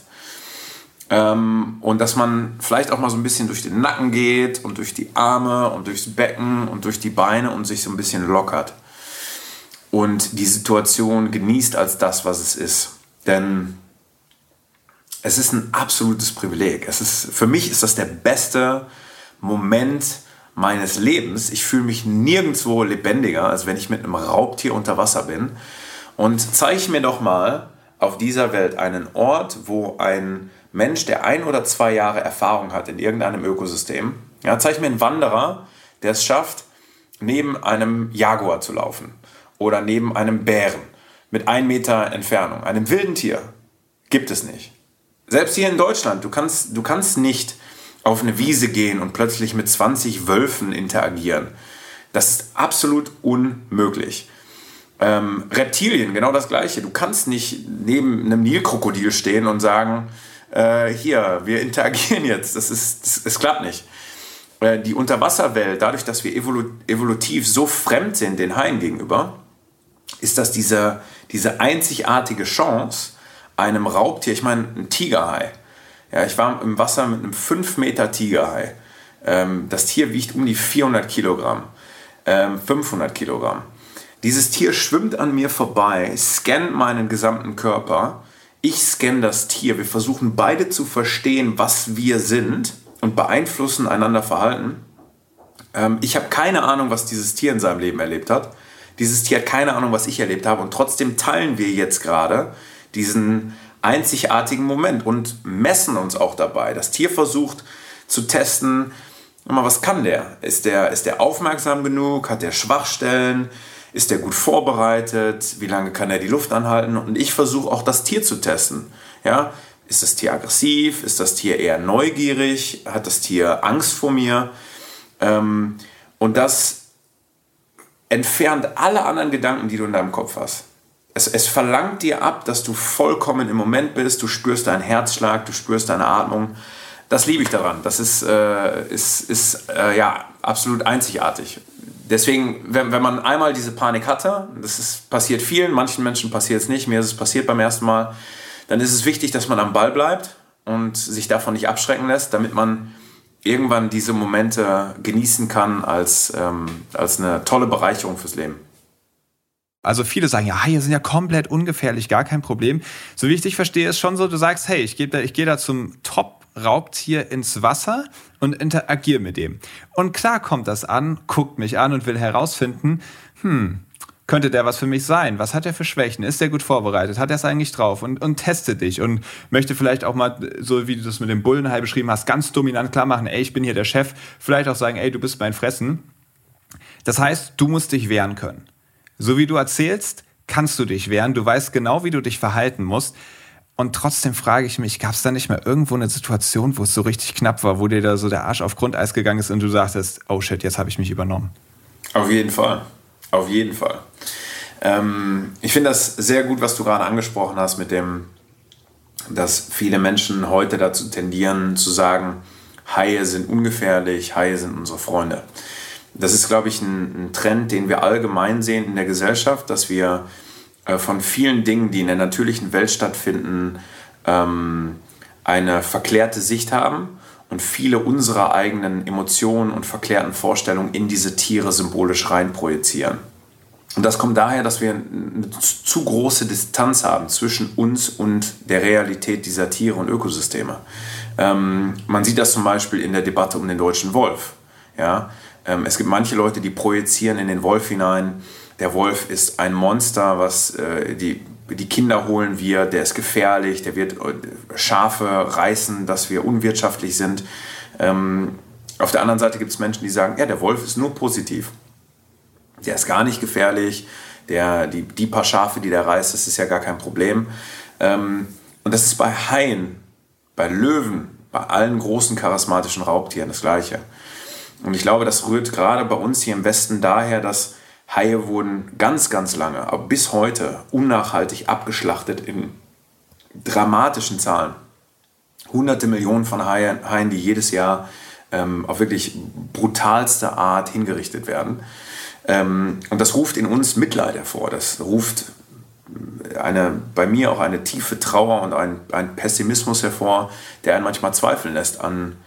Und dass man vielleicht auch mal so ein bisschen durch den Nacken geht und durch die Arme und durchs Becken und durch die Beine und sich so ein bisschen lockert. Und die Situation genießt als das, was es ist. Denn es ist ein absolutes Privileg. Es ist, für mich ist das der beste Moment meines Lebens. Ich fühle mich nirgendwo lebendiger, als wenn ich mit einem Raubtier unter Wasser bin. Und zeig mir doch mal auf dieser Welt einen Ort, wo ein Mensch, der ein oder zwei Jahre Erfahrung hat in irgendeinem Ökosystem, ja, zeig mir einen Wanderer, der es schafft, neben einem Jaguar zu laufen. Oder neben einem Bären mit ein Meter Entfernung, einem wilden Tier, gibt es nicht. Selbst hier in Deutschland, du kannst, du kannst nicht auf eine Wiese gehen und plötzlich mit zwanzig Wölfen interagieren. Das ist absolut unmöglich. Ähm, Reptilien, genau das Gleiche. Du kannst nicht neben einem Nilkrokodil stehen und sagen, äh, hier, wir interagieren jetzt. Das ist, das, das klappt nicht. Äh, die Unterwasserwelt, dadurch, dass wir evolu- evolutiv so fremd sind den Haien gegenüber, ist das diese, diese einzigartige Chance, einem Raubtier, ich meine, ein Tigerhai. Ja, ich war im Wasser mit einem fünf Meter Tigerhai. Ähm, das Tier wiegt um die vierhundert Kilogramm, ähm, fünfhundert Kilogramm. Dieses Tier schwimmt an mir vorbei, scannt meinen gesamten Körper. Ich scanne das Tier. Wir versuchen beide zu verstehen, was wir sind und beeinflussen einander Verhalten. Ähm, ich habe keine Ahnung, was dieses Tier in seinem Leben erlebt hat. Dieses Tier hat keine Ahnung, was ich erlebt habe und trotzdem teilen wir jetzt gerade diesen einzigartigen Moment und messen uns auch dabei. Das Tier versucht zu testen, Mal, was kann der? Ist der, ist der aufmerksam genug? Hat der Schwachstellen? Ist der gut vorbereitet? Wie lange kann er die Luft anhalten? Und ich versuche auch das Tier zu testen. Ja? Ist das Tier aggressiv? Ist das Tier eher neugierig? Hat das Tier Angst vor mir? Ähm, und das entfernt alle anderen Gedanken, die du in deinem Kopf hast. Es, es verlangt dir ab, dass du vollkommen im Moment bist. Du spürst deinen Herzschlag, du spürst deine Atmung. Das liebe ich daran. Das ist, äh, ist, ist äh, ja, absolut einzigartig. Deswegen, wenn, wenn man einmal diese Panik hatte, das ist, passiert vielen, manchen Menschen passiert es nicht, mir ist es passiert beim ersten Mal, dann ist es wichtig, dass man am Ball bleibt und sich davon nicht abschrecken lässt, damit man irgendwann diese Momente genießen kann als, ähm, als eine tolle Bereicherung fürs Leben. Also viele sagen, ja, Haie sind ja komplett ungefährlich, gar kein Problem. So wie ich dich verstehe, ist schon so, du sagst, hey, ich gehe da, ich gehe da zum Top-Raubtier ins Wasser und interagiere mit dem. Und klar kommt das an, guckt mich an und will herausfinden, hm, könnte der was für mich sein? Was hat er für Schwächen? Ist der gut vorbereitet? Hat er es eigentlich drauf? Und, und teste dich und möchte vielleicht auch mal, so wie du das mit dem Bullenhai beschrieben hast, ganz dominant klar machen, ey, ich bin hier der Chef. Vielleicht auch sagen, ey, du bist mein Fressen. Das heißt, du musst dich wehren können. So wie du erzählst, kannst du dich wehren. Du weißt genau, wie du dich verhalten musst. Und trotzdem frage ich mich, gab es da nicht mal irgendwo eine Situation, wo es so richtig knapp war, wo dir da so der Arsch auf Grundeis gegangen ist und du sagtest, oh shit, jetzt habe ich mich übernommen? Auf jeden Fall. Auf jeden Fall. Ähm, ich finde das sehr gut, was du gerade angesprochen hast mit dem, dass viele Menschen heute dazu tendieren zu sagen, Haie sind ungefährlich, Haie sind unsere Freunde. Das ist, glaube ich, ein, ein Trend, den wir allgemein sehen in der Gesellschaft, dass wir äh, von vielen Dingen, die in der natürlichen Welt stattfinden, ähm, eine verklärte Sicht haben und viele unserer eigenen Emotionen und verklärten Vorstellungen in diese Tiere symbolisch reinprojizieren. Und das kommt daher, dass wir eine zu große Distanz haben zwischen uns und der Realität dieser Tiere und Ökosysteme. Ähm, man sieht das zum Beispiel in der Debatte um den deutschen Wolf. Ja? Ähm, es gibt manche Leute, die projizieren in den Wolf hinein, der Wolf ist ein Monster, was äh, die, die Kinder holen wir, der ist gefährlich, der wird Schafe reißen, dass wir unwirtschaftlich sind. Ähm, auf der anderen Seite gibt es Menschen, die sagen, ja, der Wolf ist nur positiv. Der ist gar nicht gefährlich, der, die, die paar Schafe, die der reißt, das ist ja gar kein Problem. Ähm, und das ist bei Haien, bei Löwen, bei allen großen charismatischen Raubtieren das Gleiche. Und ich glaube, das rührt gerade bei uns hier im Westen daher, dass Haie wurden ganz, ganz lange, aber bis heute unnachhaltig abgeschlachtet in dramatischen Zahlen. Hunderte Millionen von Haien, Haien die jedes Jahr ähm, auf wirklich brutalste Art hingerichtet werden. Ähm, und das ruft in uns Mitleid hervor. Das ruft eine, bei mir auch eine tiefe Trauer und ein, ein Pessimismus hervor, der einen manchmal zweifeln lässt an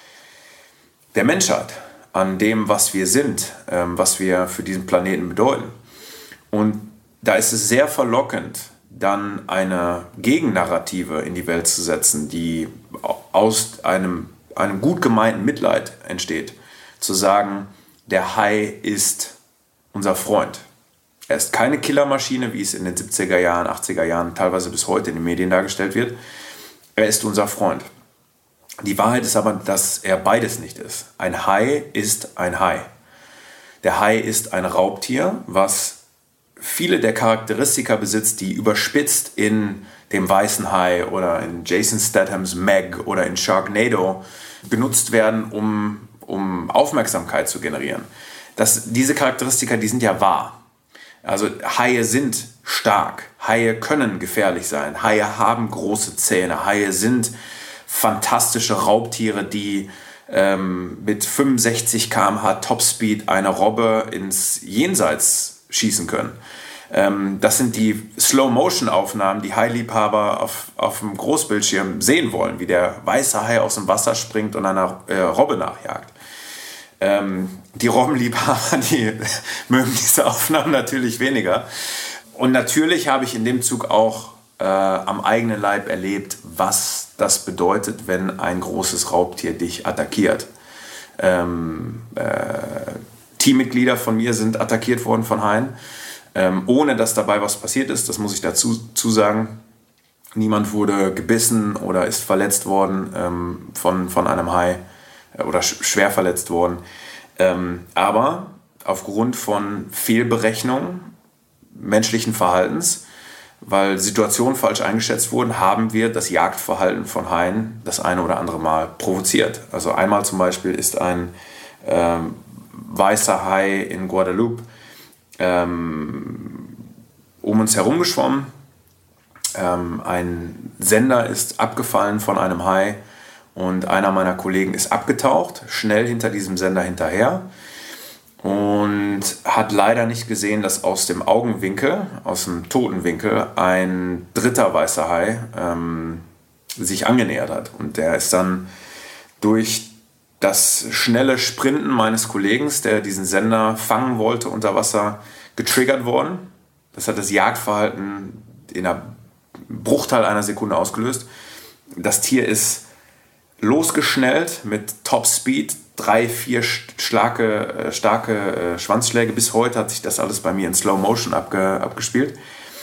der Menschheit, an dem, was wir sind, ähm, was wir für diesen Planeten bedeuten. Und da ist es sehr verlockend, dann eine Gegennarrative in die Welt zu setzen, die aus einem, einem gut gemeinten Mitleid entsteht. Zu sagen, der Hai ist unser Freund. Er ist keine Killermaschine, wie es in den siebziger Jahren, achtziger Jahren, teilweise bis heute in den Medien dargestellt wird. Er ist unser Freund. Die Wahrheit ist aber, dass er beides nicht ist. Ein Hai ist ein Hai. Der Hai ist ein Raubtier, was viele der Charakteristika besitzt, die überspitzt in dem weißen Hai oder in Jason Stathams Meg oder in Sharknado benutzt werden, um, um Aufmerksamkeit zu generieren. Das, diese Charakteristika, die sind ja wahr. Also Haie sind stark, Haie können gefährlich sein, Haie haben große Zähne, Haie sind fantastische Raubtiere, die ähm, mit fünfundsechzig Kilometer pro Stunde Topspeed eine Robbe ins Jenseits schießen können. Ähm, das sind die Slow-Motion-Aufnahmen, die Hailiebhaber auf, auf dem Großbildschirm sehen wollen, wie der weiße Hai aus dem Wasser springt und einer äh, Robbe nachjagt. Ähm, die Robbenliebhaber, die mögen diese Aufnahmen natürlich weniger. Und natürlich habe ich in dem Zug auch äh, am eigenen Leib erlebt, was das bedeutet, wenn ein großes Raubtier dich attackiert. Ähm, äh, Teammitglieder von mir sind attackiert worden von Haien, ähm, ohne dass dabei was passiert ist. Das muss ich dazu zu sagen. Niemand wurde gebissen oder ist verletzt worden ähm, von, von einem Hai. äh, oder sch- schwer verletzt worden. Ähm, aber aufgrund von Fehlberechnungen menschlichen Verhaltens, weil Situationen falsch eingeschätzt wurden, haben wir das Jagdverhalten von Haien das eine oder andere Mal provoziert. Also einmal zum Beispiel ist ein ähm, weißer Hai in Guadeloupe ähm, um uns herum geschwommen. Ähm, ein Sender ist abgefallen von einem Hai und einer meiner Kollegen ist abgetaucht, schnell hinter diesem Sender hinterher. Und hat leider nicht gesehen, dass aus dem Augenwinkel, aus dem Totenwinkel, ein dritter weißer Hai ähm, sich angenähert hat. Und der ist dann durch das schnelle Sprinten meines Kollegen, der diesen Sender fangen wollte unter Wasser, getriggert worden. Das hat das Jagdverhalten in einer Bruchteil einer Sekunde ausgelöst. Das Tier ist losgeschnellt mit Top Speed, drei, vier starke, starke äh, Schwanzschläge. Bis heute hat sich das alles bei mir in Slow Motion abge, abgespielt.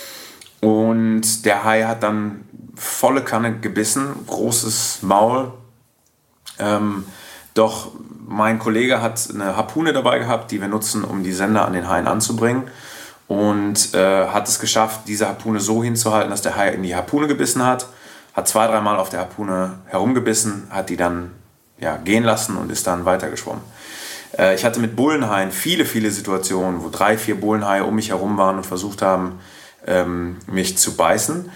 Und der Hai hat dann volle Kanne gebissen, großes Maul. Ähm, doch mein Kollege hat eine Harpune dabei gehabt, die wir nutzen, um die Sender an den Haien anzubringen. Und äh, hat es geschafft, diese Harpune so hinzuhalten, dass der Hai in die Harpune gebissen hat. Hat zwei, dreimal auf der Harpune herumgebissen, hat die dann ja, gehen lassen und ist dann weitergeschwommen. Äh, ich hatte mit Bullenhaien viele, viele Situationen, wo drei, vier Bullenhaie um mich herum waren und versucht haben, ähm, mich zu beißen.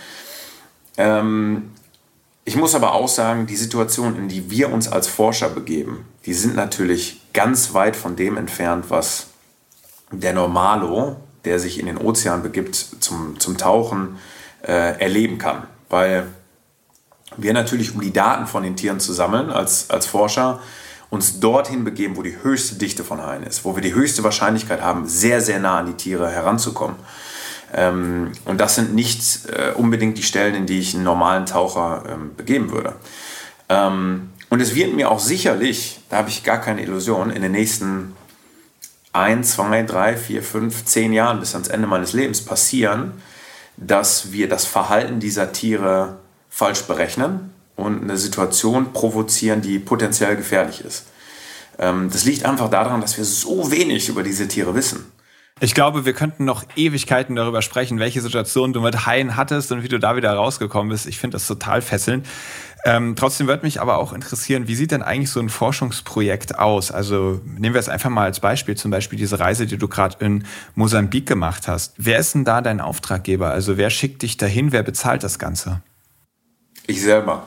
Ähm, ich muss aber auch sagen, die Situationen, in die wir uns als Forscher begeben, die sind natürlich ganz weit von dem entfernt, was der Normalo, der sich in den Ozean begibt, zum, zum Tauchen, äh, erleben kann. Weil wir natürlich, um die Daten von den Tieren zu sammeln, als, als Forscher, uns dorthin begeben, wo die höchste Dichte von Haien ist, wo wir die höchste Wahrscheinlichkeit haben, sehr, sehr nah an die Tiere heranzukommen. Ähm, und das sind nicht äh, unbedingt die Stellen, in die ich einen normalen Taucher ähm, begeben würde. Ähm, und es wird mir auch sicherlich, da habe ich gar keine Illusion, in den nächsten ein, zwei, drei, vier, fünf, zehn Jahren bis ans Ende meines Lebens passieren, dass wir das Verhalten dieser Tiere falsch berechnen und eine Situation provozieren, die potenziell gefährlich ist. Ähm, das liegt einfach daran, dass wir so wenig über diese Tiere wissen. Ich glaube, wir könnten noch Ewigkeiten darüber sprechen, welche Situation du mit Haien hattest und wie du da wieder rausgekommen bist. Ich finde das total fesselnd. Ähm, trotzdem würde mich aber auch interessieren, wie sieht denn eigentlich so ein Forschungsprojekt aus? Also nehmen wir es einfach mal als Beispiel, zum Beispiel diese Reise, die du gerade in Mosambik gemacht hast. Wer ist denn da dein Auftraggeber? Also wer schickt dich dahin? Wer bezahlt das Ganze? Ich selber.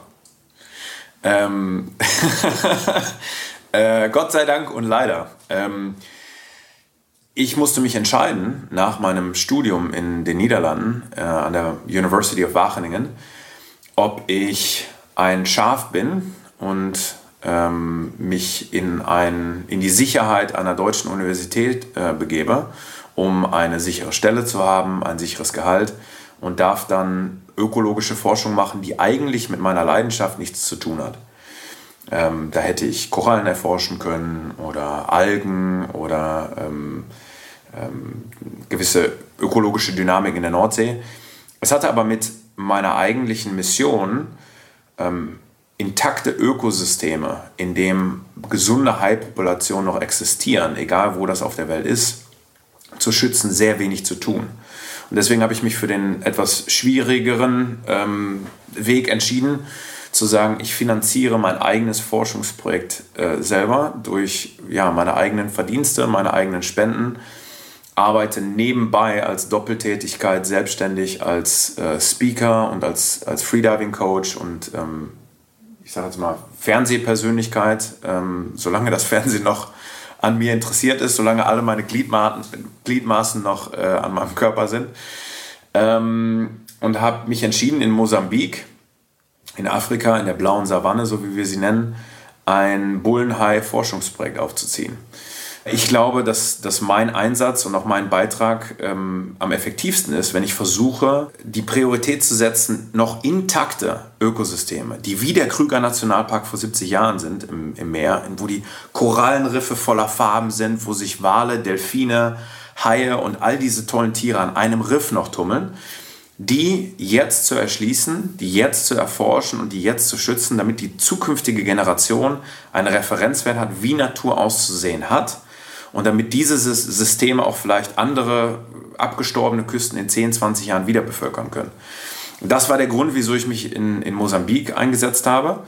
Ähm äh, Gott sei Dank und leider. Ähm ich musste mich entscheiden, nach meinem Studium in den Niederlanden, äh, an der University of Wageningen, ob ich ein Schaf bin und ähm, mich in, ein, in die Sicherheit einer deutschen Universität äh, begebe, um eine sichere Stelle zu haben, ein sicheres Gehalt, und darf dann ökologische Forschung machen, die eigentlich mit meiner Leidenschaft nichts zu tun hat. Ähm, da hätte ich Korallen erforschen können oder Algen oder ähm, ähm, gewisse ökologische Dynamik in der Nordsee. Es hatte aber mit meiner eigentlichen Mission, ähm, intakte Ökosysteme, in denen gesunde Haipopulationen noch existieren, egal wo das auf der Welt ist, zu schützen, sehr wenig zu tun. Und deswegen habe ich mich für den etwas schwierigeren ähm, Weg entschieden, zu sagen, ich finanziere mein eigenes Forschungsprojekt äh, selber durch ja, meine eigenen Verdienste, meine eigenen Spenden, arbeite nebenbei als Doppeltätigkeit selbstständig als äh, Speaker und als, als Freediving-Coach und ähm, ich sage jetzt mal Fernsehpersönlichkeit, ähm, solange das Fernsehen noch an mir interessiert ist, solange alle meine Gliedmaßen, Gliedmaßen noch äh, an meinem Körper sind. Ähm, und habe mich entschieden, in Mosambik, in Afrika, in der blauen Savanne, so wie wir sie nennen, ein Bullenhai-Forschungsprojekt aufzuziehen. Ich glaube, dass, dass mein Einsatz und auch mein Beitrag ähm, am effektivsten ist, wenn ich versuche, die Priorität zu setzen, noch intakte Ökosysteme, die wie der Krüger Nationalpark vor siebzig Jahren sind im, im Meer, wo die Korallenriffe voller Farben sind, wo sich Wale, Delfine, Haie und all diese tollen Tiere an einem Riff noch tummeln, die jetzt zu erschließen, die jetzt zu erforschen und die jetzt zu schützen, damit die zukünftige Generation einen Referenzwert hat, wie Natur auszusehen hat und damit diese Systeme auch vielleicht andere abgestorbene Küsten in zehn, zwanzig Jahren wieder bevölkern können. Das war der Grund, wieso ich mich in, in Mosambik eingesetzt habe.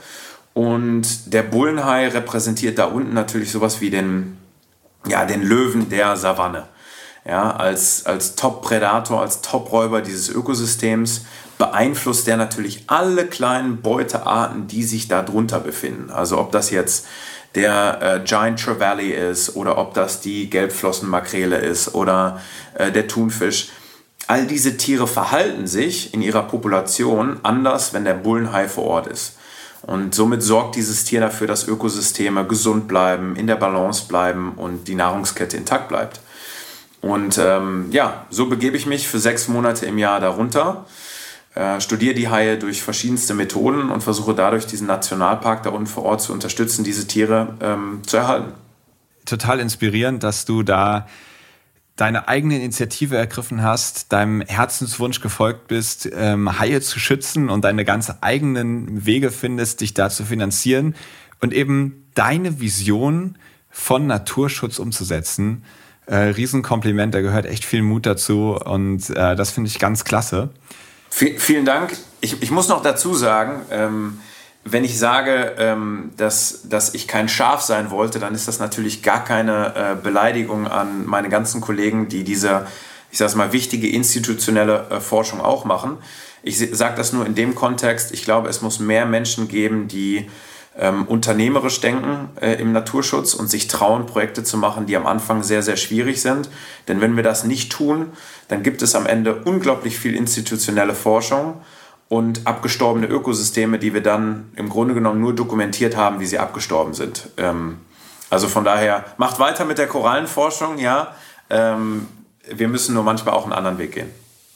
Und der Bullenhai repräsentiert da unten natürlich sowas wie den, ja, den Löwen der Savanne. Ja, als, als Top-Predator, als Top-Räuber dieses Ökosystems beeinflusst der natürlich alle kleinen Beutearten, die sich da drunter befinden. Also ob das jetzt der äh, Giant Trevally ist oder ob das die Gelbflossenmakrele ist oder äh, der Thunfisch. All diese Tiere verhalten sich in ihrer Population anders, wenn der Bullenhai vor Ort ist. Und somit sorgt dieses Tier dafür, dass Ökosysteme gesund bleiben, in der Balance bleiben und die Nahrungskette intakt bleibt. Und ähm, ja, so begebe ich mich für sechs Monate im Jahr darunter, äh, studiere die Haie durch verschiedenste Methoden und versuche dadurch diesen Nationalpark da unten vor Ort zu unterstützen, diese Tiere ähm, zu erhalten. Total inspirierend, dass du da deine eigene Initiative ergriffen hast, deinem Herzenswunsch gefolgt bist, ähm, Haie zu schützen und deine ganz eigenen Wege findest, dich da zu finanzieren und eben deine Vision von Naturschutz umzusetzen. Äh, Riesenkompliment, da gehört echt viel Mut dazu und äh, das finde ich ganz klasse. V- vielen Dank. Ich, ich muss noch dazu sagen, ähm, wenn ich sage, ähm, dass, dass ich kein Schaf sein wollte, dann ist das natürlich gar keine äh, Beleidigung an meine ganzen Kollegen, die diese, ich sage mal, wichtige institutionelle äh, Forschung auch machen. Ich sage das nur in dem Kontext, ich glaube, es muss mehr Menschen geben, die ähm, unternehmerisch denken äh, im Naturschutz und sich trauen, Projekte zu machen, die am Anfang sehr, sehr schwierig sind. Denn wenn wir das nicht tun, dann gibt es am Ende unglaublich viel institutionelle Forschung und abgestorbene Ökosysteme, die wir dann im Grunde genommen nur dokumentiert haben, wie sie abgestorben sind. Ähm, also von daher, macht weiter mit der Korallenforschung, ja. Ähm, wir müssen nur manchmal auch einen anderen Weg gehen.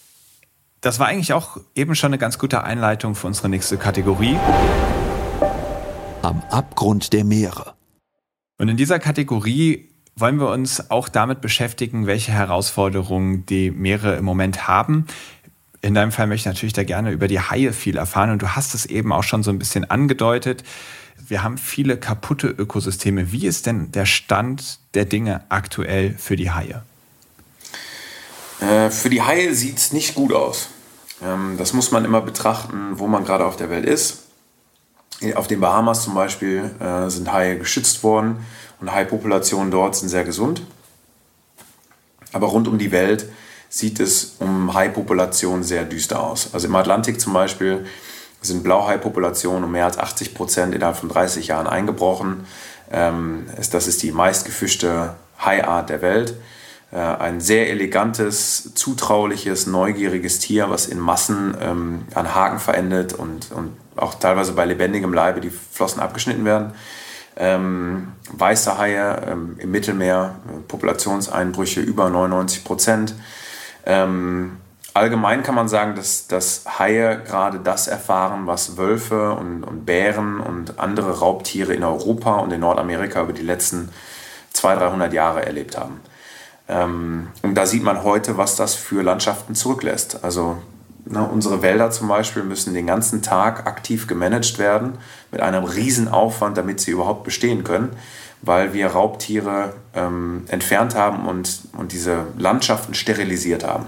Das war eigentlich auch eben schon eine ganz gute Einleitung für unsere nächste Kategorie. Am Abgrund der Meere. Und in dieser Kategorie wollen wir uns auch damit beschäftigen, welche Herausforderungen die Meere im Moment haben. In deinem Fall möchte ich natürlich da gerne über die Haie viel erfahren und du hast es eben auch schon so ein bisschen angedeutet. Wir haben viele kaputte Ökosysteme. Wie ist denn der Stand der Dinge aktuell für die Haie? Äh, für die Haie sieht es nicht gut aus. Ähm, das muss man immer betrachten, wo man gerade auf der Welt ist. Auf den Bahamas zum Beispiel äh, sind Haie geschützt worden und Haipopulationen dort sind sehr gesund. Aber rund um die Welt sieht es um Haipopulationen sehr düster aus. Also im Atlantik zum Beispiel sind Blauhaipopulationen um mehr als achtzig Prozent innerhalb von dreißig Jahren eingebrochen. Ähm, das ist die meistgefischte Haiart der Welt. Äh, ein sehr elegantes, zutrauliches, neugieriges Tier, was in Massen ähm, an Haken verendet und, und auch teilweise bei lebendigem Leibe die Flossen abgeschnitten werden. Ähm, weiße Haie ähm, im Mittelmeer, äh, Populationseinbrüche über neunundneunzig Prozent. Ähm, allgemein kann man sagen, dass, dass Haie gerade das erfahren, was Wölfe und, und Bären und andere Raubtiere in Europa und in Nordamerika über die letzten zweihundert, dreihundert Jahre erlebt haben. Ähm, und da sieht man heute, was das für Landschaften zurücklässt. Also na, unsere Wälder zum Beispiel müssen den ganzen Tag aktiv gemanagt werden, mit einem riesen Aufwand, damit sie überhaupt bestehen können, weil wir Raubtiere ähm, entfernt haben und, und diese Landschaften sterilisiert haben.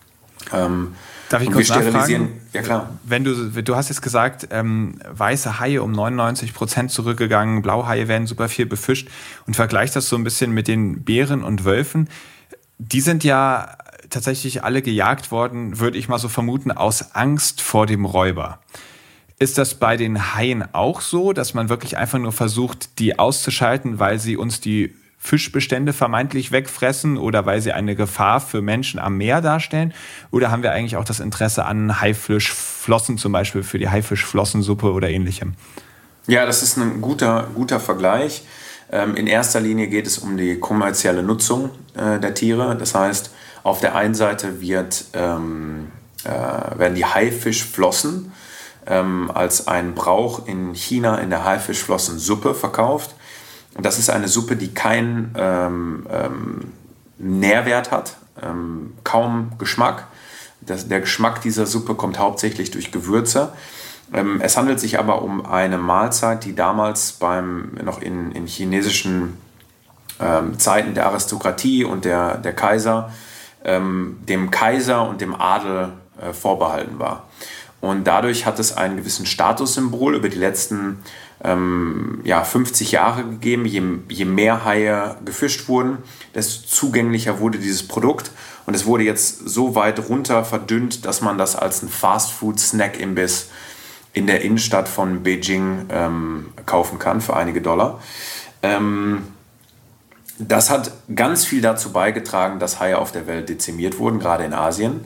Ähm, Darf ich und kurz wir sterilisieren, nachfragen? Ja klar. Wenn du, du hast jetzt gesagt, ähm, weiße Haie um neunundneunzig Prozent zurückgegangen, Blauhaie werden super viel befischt und vergleicht das so ein bisschen mit den Bären und Wölfen. Die sind ja tatsächlich alle gejagt worden, würde ich mal so vermuten, aus Angst vor dem Räuber. Ist das bei den Haien auch so, dass man wirklich einfach nur versucht, die auszuschalten, weil sie uns die Fischbestände vermeintlich wegfressen oder weil sie eine Gefahr für Menschen am Meer darstellen? Oder haben wir eigentlich auch das Interesse an Haifischflossen, zum Beispiel für die Haifischflossensuppe oder ähnlichem? Ja, das ist ein guter, guter Vergleich. Ähm, in erster Linie geht es um die kommerzielle Nutzung äh, der Tiere. Das heißt, auf der einen Seite wird, ähm, äh, werden die Haifischflossen ähm, als ein Brauch in China in der Haifischflossensuppe verkauft. Und das ist eine Suppe, die keinen ähm, ähm, Nährwert hat, ähm, kaum Geschmack, Das, der Geschmack dieser Suppe kommt hauptsächlich durch Gewürze. Ähm, es handelt sich aber um eine Mahlzeit, die damals beim noch in, in chinesischen ähm, Zeiten der Aristokratie und der, der Kaiser ähm, dem Kaiser und dem Adel äh, vorbehalten war. Und dadurch hat es einen gewissen Statussymbol über die letzten ähm, ja, fünfzig Jahre gegeben. Je, je mehr Haie gefischt wurden, desto zugänglicher wurde dieses Produkt. Und es wurde jetzt so weit runter verdünnt, dass man das als ein Fastfood-Snack-Imbiss in der Innenstadt von Beijing ähm, kaufen kann für einige Dollar. Ähm, das hat ganz viel dazu beigetragen, dass Haie auf der Welt dezimiert wurden, gerade in Asien.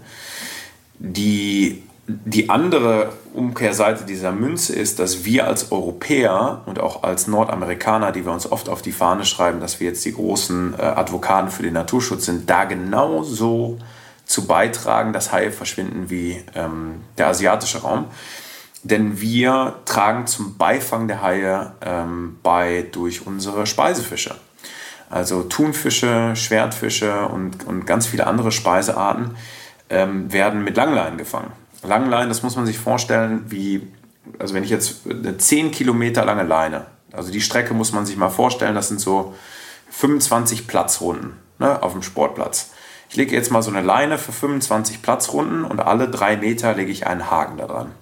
Die Die andere Umkehrseite dieser Münze ist, dass wir als Europäer und auch als Nordamerikaner, die wir uns oft auf die Fahne schreiben, dass wir jetzt die großen äh, Advokaten für den Naturschutz sind, da genauso zu beitragen, dass Haie verschwinden wie ähm, der asiatische Raum. Denn wir tragen zum Beifang der Haie ähm, bei durch unsere Speisefische. Also Thunfische, Schwertfische und, und ganz viele andere Speisearten ähm, werden mit Langleinen gefangen. Langleinen, das muss man sich vorstellen, wie, also wenn ich jetzt eine zehn Kilometer lange Leine, also die Strecke muss man sich mal vorstellen, das sind so fünfundzwanzig Platzrunden, ne, auf dem Sportplatz. Ich lege jetzt mal so eine Leine für fünfundzwanzig Platzrunden und alle drei Meter lege ich einen Haken da dran.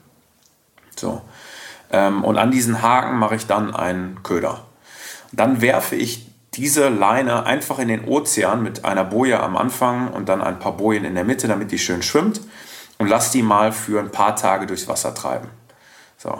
So. Und an diesen Haken mache ich dann einen Köder. Dann werfe ich diese Leine einfach in den Ozean mit einer Boje am Anfang und dann ein paar Bojen in der Mitte, damit die schön schwimmt. Und lass die mal für ein paar Tage durchs Wasser treiben. So.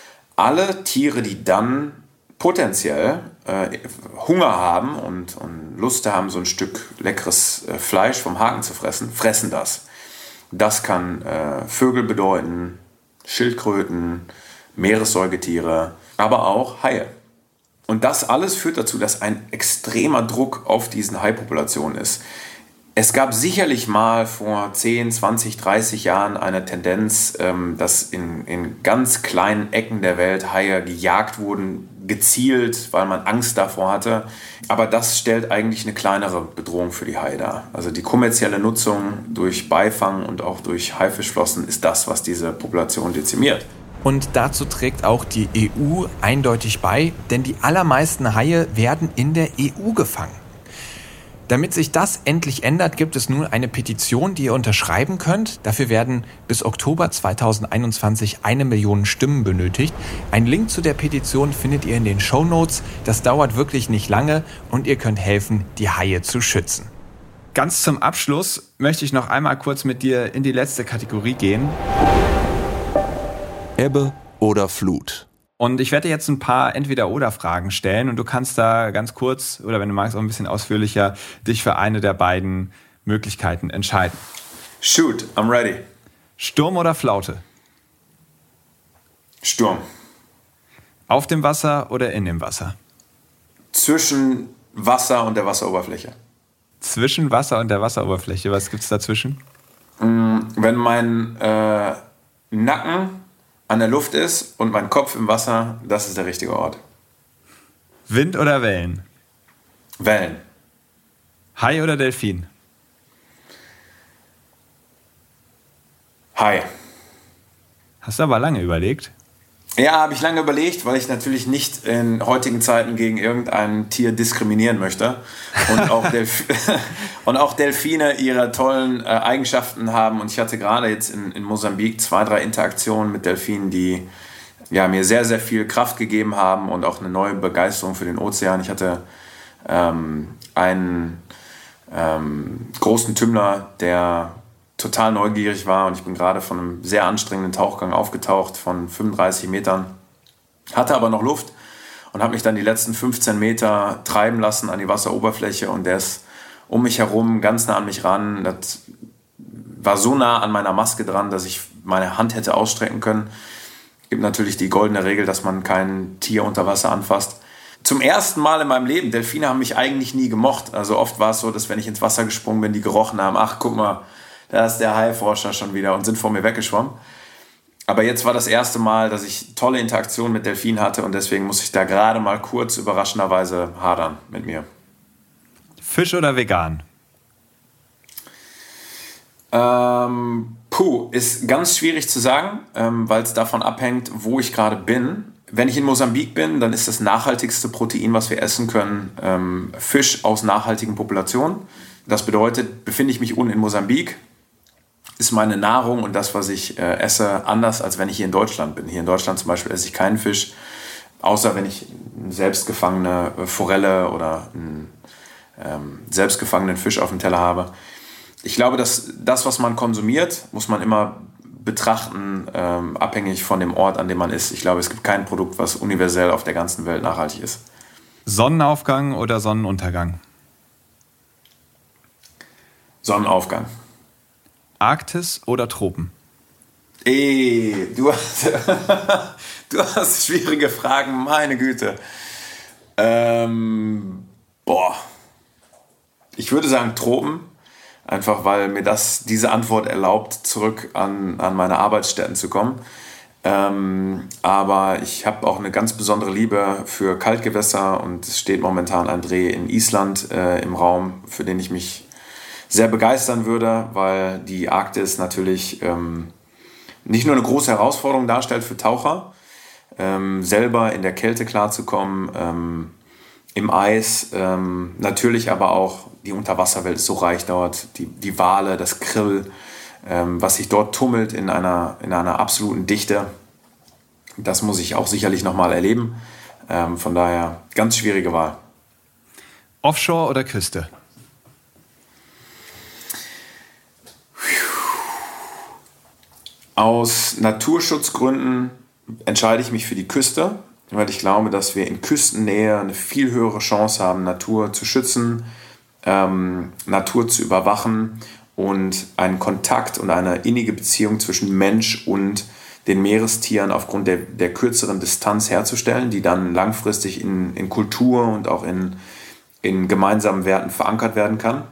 Alle Tiere, die dann potenziell äh, Hunger haben und, und Lust haben, so ein Stück leckeres äh, Fleisch vom Haken zu fressen, fressen das. Das kann äh, Vögel bedeuten, Schildkröten, Meeressäugetiere, aber auch Haie. Und das alles führt dazu, dass ein extremer Druck auf diesen Haipopulationen ist. Es gab sicherlich mal vor zehn, zwanzig, dreißig Jahren eine Tendenz, ähm, dass in, in ganz kleinen Ecken der Welt Haie gejagt wurden, gezielt, weil man Angst davor hatte. Aber das stellt eigentlich eine kleinere Bedrohung für die Haie dar. Also die kommerzielle Nutzung durch Beifang und auch durch Haifischflossen ist das, was diese Population dezimiert. Und dazu trägt auch die E U eindeutig bei, denn die allermeisten Haie werden in der E U gefangen. Damit sich das endlich ändert, gibt es nun eine Petition, die ihr unterschreiben könnt. Dafür werden bis Oktober zweitausendeinundzwanzig eine Million Stimmen benötigt. Einen Link zu der Petition findet ihr in den Shownotes. Das dauert wirklich nicht lange und ihr könnt helfen, die Haie zu schützen. Ganz zum Abschluss möchte ich noch einmal kurz mit dir in die letzte Kategorie gehen. Ebbe oder Flut? Und ich werde jetzt ein paar Entweder-oder-Fragen stellen und du kannst da ganz kurz oder wenn du magst auch ein bisschen ausführlicher dich für eine der beiden Möglichkeiten entscheiden. Shoot, I'm ready. Sturm oder Flaute? Sturm. Auf dem Wasser oder in dem Wasser? Zwischen Wasser und der Wasseroberfläche. Zwischen Wasser und der Wasseroberfläche, was gibt's dazwischen? Wenn mein äh, Nacken an der Luft ist und mein Kopf im Wasser, das ist der richtige Ort. Wind oder Wellen? Wellen. Hai oder Delfin? Hai. Hast du aber lange überlegt? Ja, habe ich lange überlegt, weil ich natürlich nicht in heutigen Zeiten gegen irgendein Tier diskriminieren möchte. Und auch, Delf- und auch Delfine ihre tollen äh, Eigenschaften haben. Und ich hatte gerade jetzt in, in Mosambik zwei, drei Interaktionen mit Delfinen, die ja, mir sehr, sehr viel Kraft gegeben haben und auch eine neue Begeisterung für den Ozean. Ich hatte ähm, einen ähm, großen Tümmler, der total neugierig war und ich bin gerade von einem sehr anstrengenden Tauchgang aufgetaucht von fünfunddreißig Metern, hatte aber noch Luft und habe mich dann die letzten fünfzehn Meter treiben lassen an die Wasseroberfläche und der ist um mich herum ganz nah an mich ran. Das war so nah an meiner Maske dran, dass ich meine Hand hätte ausstrecken können. Es gibt natürlich die goldene Regel, dass man kein Tier unter Wasser anfasst. Zum ersten Mal in meinem Leben, Delfine haben mich eigentlich nie gemocht. Also oft war es so, dass wenn ich ins Wasser gesprungen bin, die gerochen haben, ach guck mal, da ist der Haiforscher schon wieder und sind vor mir weggeschwommen. Aber jetzt war das erste Mal, dass ich tolle Interaktionen mit Delfinen hatte und deswegen muss ich da gerade mal kurz überraschenderweise hadern mit mir. Fisch oder vegan? Ähm, Puh, ist ganz schwierig zu sagen, ähm, weil es davon abhängt, wo ich gerade bin. Wenn ich in Mosambik bin, dann ist das nachhaltigste Protein, was wir essen können, ähm, Fisch aus nachhaltigen Populationen. Das bedeutet, befinde ich mich unten in Mosambik, ist meine Nahrung und das, was ich äh, esse, anders, als wenn ich hier in Deutschland bin. Hier in Deutschland zum Beispiel esse ich keinen Fisch, außer wenn ich eine selbstgefangene Forelle oder einen ähm, selbstgefangenen Fisch auf dem Teller habe. Ich glaube, dass das, was man konsumiert, muss man immer betrachten, ähm, abhängig von dem Ort, an dem man ist. Ich glaube, es gibt kein Produkt, was universell auf der ganzen Welt nachhaltig ist. Sonnenaufgang oder Sonnenuntergang? Sonnenaufgang. Arktis oder Tropen? Ey, du hast, du hast schwierige Fragen, meine Güte. Ähm, boah. Ich würde sagen Tropen, einfach weil mir das diese Antwort erlaubt, zurück an, an meine Arbeitsstätten zu kommen. Ähm, aber ich habe auch eine ganz besondere Liebe für Kaltgewässer und es steht momentan ein Dreh in Island äh, im Raum, für den ich mich sehr begeistern würde, weil die Arktis natürlich ähm, nicht nur eine große Herausforderung darstellt für Taucher, ähm, selber in der Kälte klarzukommen, ähm, im Eis, ähm, natürlich aber auch die Unterwasserwelt ist so reich dort, die, die Wale, das Krill, ähm, was sich dort tummelt in einer, in einer absoluten Dichte, das muss ich auch sicherlich nochmal erleben. Ähm, von daher ganz schwierige Wahl. Offshore oder Küste? Aus Naturschutzgründen entscheide ich mich für die Küste, weil ich glaube, dass wir in Küstennähe eine viel höhere Chance haben, Natur zu schützen, ähm, Natur zu überwachen und einen Kontakt und eine innige Beziehung zwischen Mensch und den Meerestieren aufgrund der, der kürzeren Distanz herzustellen, die dann langfristig in, in Kultur und auch in, in gemeinsamen Werten verankert werden kann.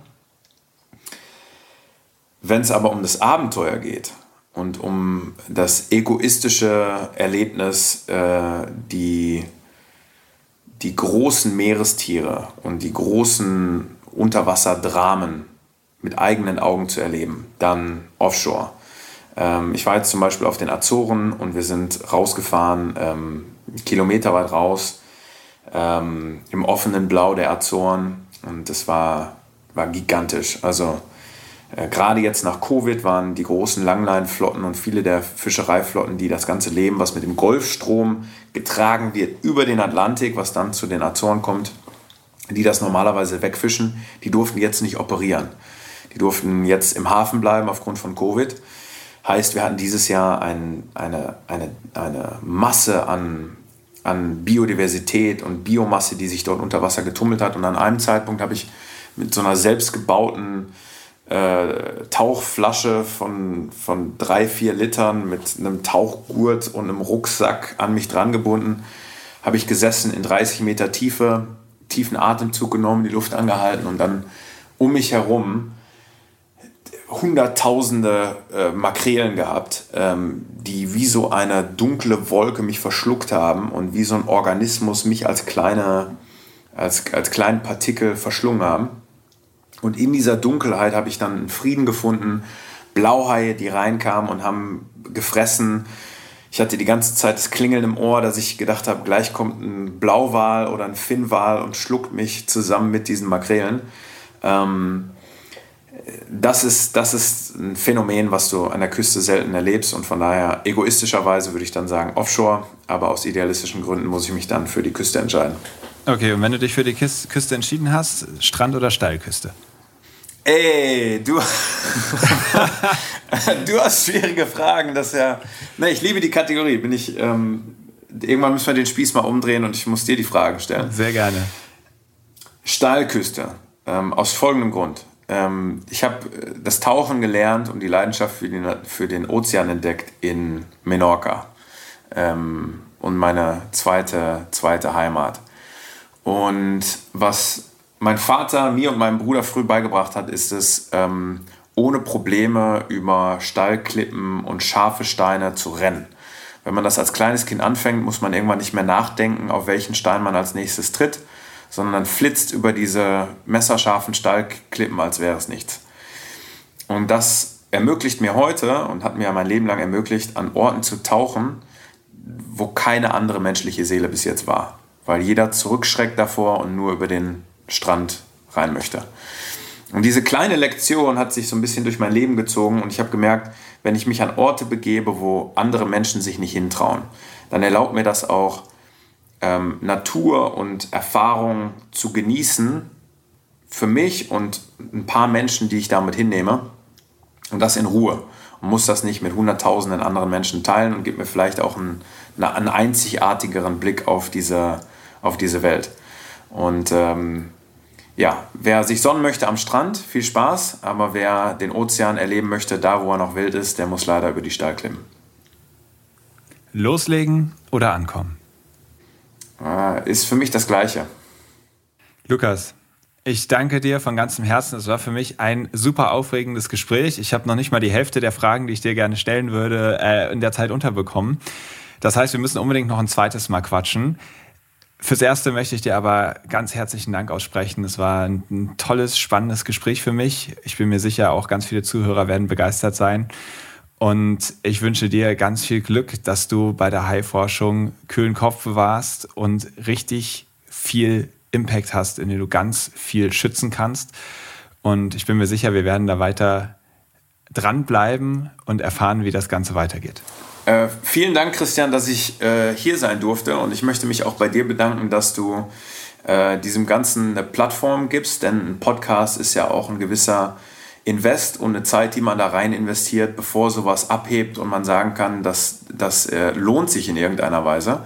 Wenn es aber um das Abenteuer geht, und um das egoistische Erlebnis, äh, die, die großen Meerestiere und die großen Unterwasserdramen mit eigenen Augen zu erleben, dann Offshore. Ähm, ich war jetzt zum Beispiel auf den Azoren und wir sind rausgefahren, ähm, kilometerweit raus, ähm, im offenen Blau der Azoren und das war, war gigantisch. Also Äh, gerade jetzt nach Covid waren die großen Langleinenflotten und viele der Fischereiflotten, die das ganze Leben, was mit dem Golfstrom getragen wird, über den Atlantik, was dann zu den Azoren kommt, die das normalerweise wegfischen, die durften jetzt nicht operieren. Die durften jetzt im Hafen bleiben aufgrund von Covid. Heißt, wir hatten dieses Jahr ein, eine, eine, eine Masse an, an Biodiversität und Biomasse, die sich dort unter Wasser getummelt hat. Und an einem Zeitpunkt habe ich mit so einer selbstgebauten Äh, Tauchflasche von, von drei, vier Litern mit einem Tauchgurt und einem Rucksack an mich dran gebunden, habe ich gesessen in dreißig Meter Tiefe, tiefen Atemzug genommen, die Luft angehalten und dann um mich herum hunderttausende äh, Makrelen gehabt, ähm, die wie so eine dunkle Wolke mich verschluckt haben und wie so ein Organismus mich als kleine, als, als kleinen Partikel verschlungen haben. Und in dieser Dunkelheit habe ich dann einen Frieden gefunden, Blauhaie, die reinkamen und haben gefressen. Ich hatte die ganze Zeit das Klingeln im Ohr, dass ich gedacht habe, gleich kommt ein Blauwal oder ein Finnwal und schluckt mich zusammen mit diesen Makrelen. Ähm, das ist, das ist ein Phänomen, was du an der Küste selten erlebst und von daher egoistischerweise würde ich dann sagen Offshore, aber aus idealistischen Gründen muss ich mich dann für die Küste entscheiden. Okay, und wenn du dich für die Küste entschieden hast, Strand oder Steilküste? Ey, du, du hast schwierige Fragen. Das ja, ne, ich liebe die Kategorie. Bin ich, ähm, irgendwann müssen wir den Spieß mal umdrehen und ich muss dir die Fragen stellen. Sehr gerne. Steilküste, ähm, aus folgendem Grund. Ähm, ich habe das Tauchen gelernt und die Leidenschaft für den, für den Ozean entdeckt in Menorca. Ähm, und meine zweite, zweite Heimat. Und was mein Vater mir und meinem Bruder früh beigebracht hat, ist es, ähm, ohne Probleme über Steilklippen und scharfe Steine zu rennen. Wenn man das als kleines Kind anfängt, muss man irgendwann nicht mehr nachdenken, auf welchen Stein man als nächstes tritt, sondern flitzt über diese messerscharfen Steilklippen, als wäre es nichts. Und das ermöglicht mir heute und hat mir mein Leben lang ermöglicht, an Orten zu tauchen, wo keine andere menschliche Seele bis jetzt war. Weil jeder zurückschreckt davor und nur über den Strand rein möchte. Und diese kleine Lektion hat sich so ein bisschen durch mein Leben gezogen und ich habe gemerkt, wenn ich mich an Orte begebe, wo andere Menschen sich nicht hintrauen, dann erlaubt mir das auch, ähm, Natur und Erfahrung zu genießen für mich und ein paar Menschen, die ich damit hinnehme, und das in Ruhe. Und muss das nicht mit hunderttausenden anderen Menschen teilen und gibt mir vielleicht auch einen, einen einzigartigeren Blick auf diese, auf diese Welt. Und ähm, ja, wer sich sonnen möchte am Strand, viel Spaß, aber wer den Ozean erleben möchte, da wo er noch wild ist, der muss leider über die Stahlklimmen. Loslegen oder ankommen? Äh, ist für mich das Gleiche. Lukas, ich danke dir von ganzem Herzen. Es war für mich ein super aufregendes Gespräch. Ich habe noch nicht mal die Hälfte der Fragen, die ich dir gerne stellen würde, äh, in der Zeit unterbekommen. Das heißt, wir müssen unbedingt noch ein zweites Mal quatschen. Fürs Erste möchte ich dir aber ganz herzlichen Dank aussprechen. Es war ein, ein tolles, spannendes Gespräch für mich. Ich bin mir sicher, auch ganz viele Zuhörer werden begeistert sein. Und ich wünsche dir ganz viel Glück, dass du bei der Haiforschung kühlen Kopf bewahrst und richtig viel Impact hast, in dem du ganz viel schützen kannst. Und ich bin mir sicher, wir werden da weiter dranbleiben und erfahren, wie das Ganze weitergeht. Äh, vielen Dank, Christian, dass ich äh, hier sein durfte und ich möchte mich auch bei dir bedanken, dass du äh, diesem Ganzen eine Plattform gibst, denn ein Podcast ist ja auch ein gewisser Invest und eine Zeit, die man da rein investiert, bevor sowas abhebt und man sagen kann, dass das äh, lohnt sich in irgendeiner Weise.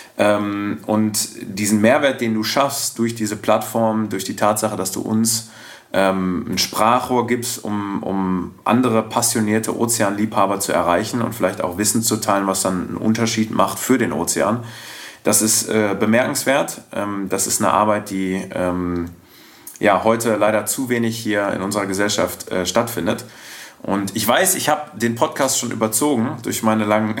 Ähm, und diesen Mehrwert, den du schaffst durch diese Plattform, durch die Tatsache, dass du uns ähm, ein Sprachrohr gibst, um, um andere passionierte Ozeanliebhaber zu erreichen und vielleicht auch Wissen zu teilen, was dann einen Unterschied macht für den Ozean. Das ist äh, bemerkenswert. Ähm, das ist eine Arbeit, die ähm, ja, heute leider zu wenig hier in unserer Gesellschaft äh, stattfindet. Und ich weiß, ich habe den Podcast schon überzogen durch meine langen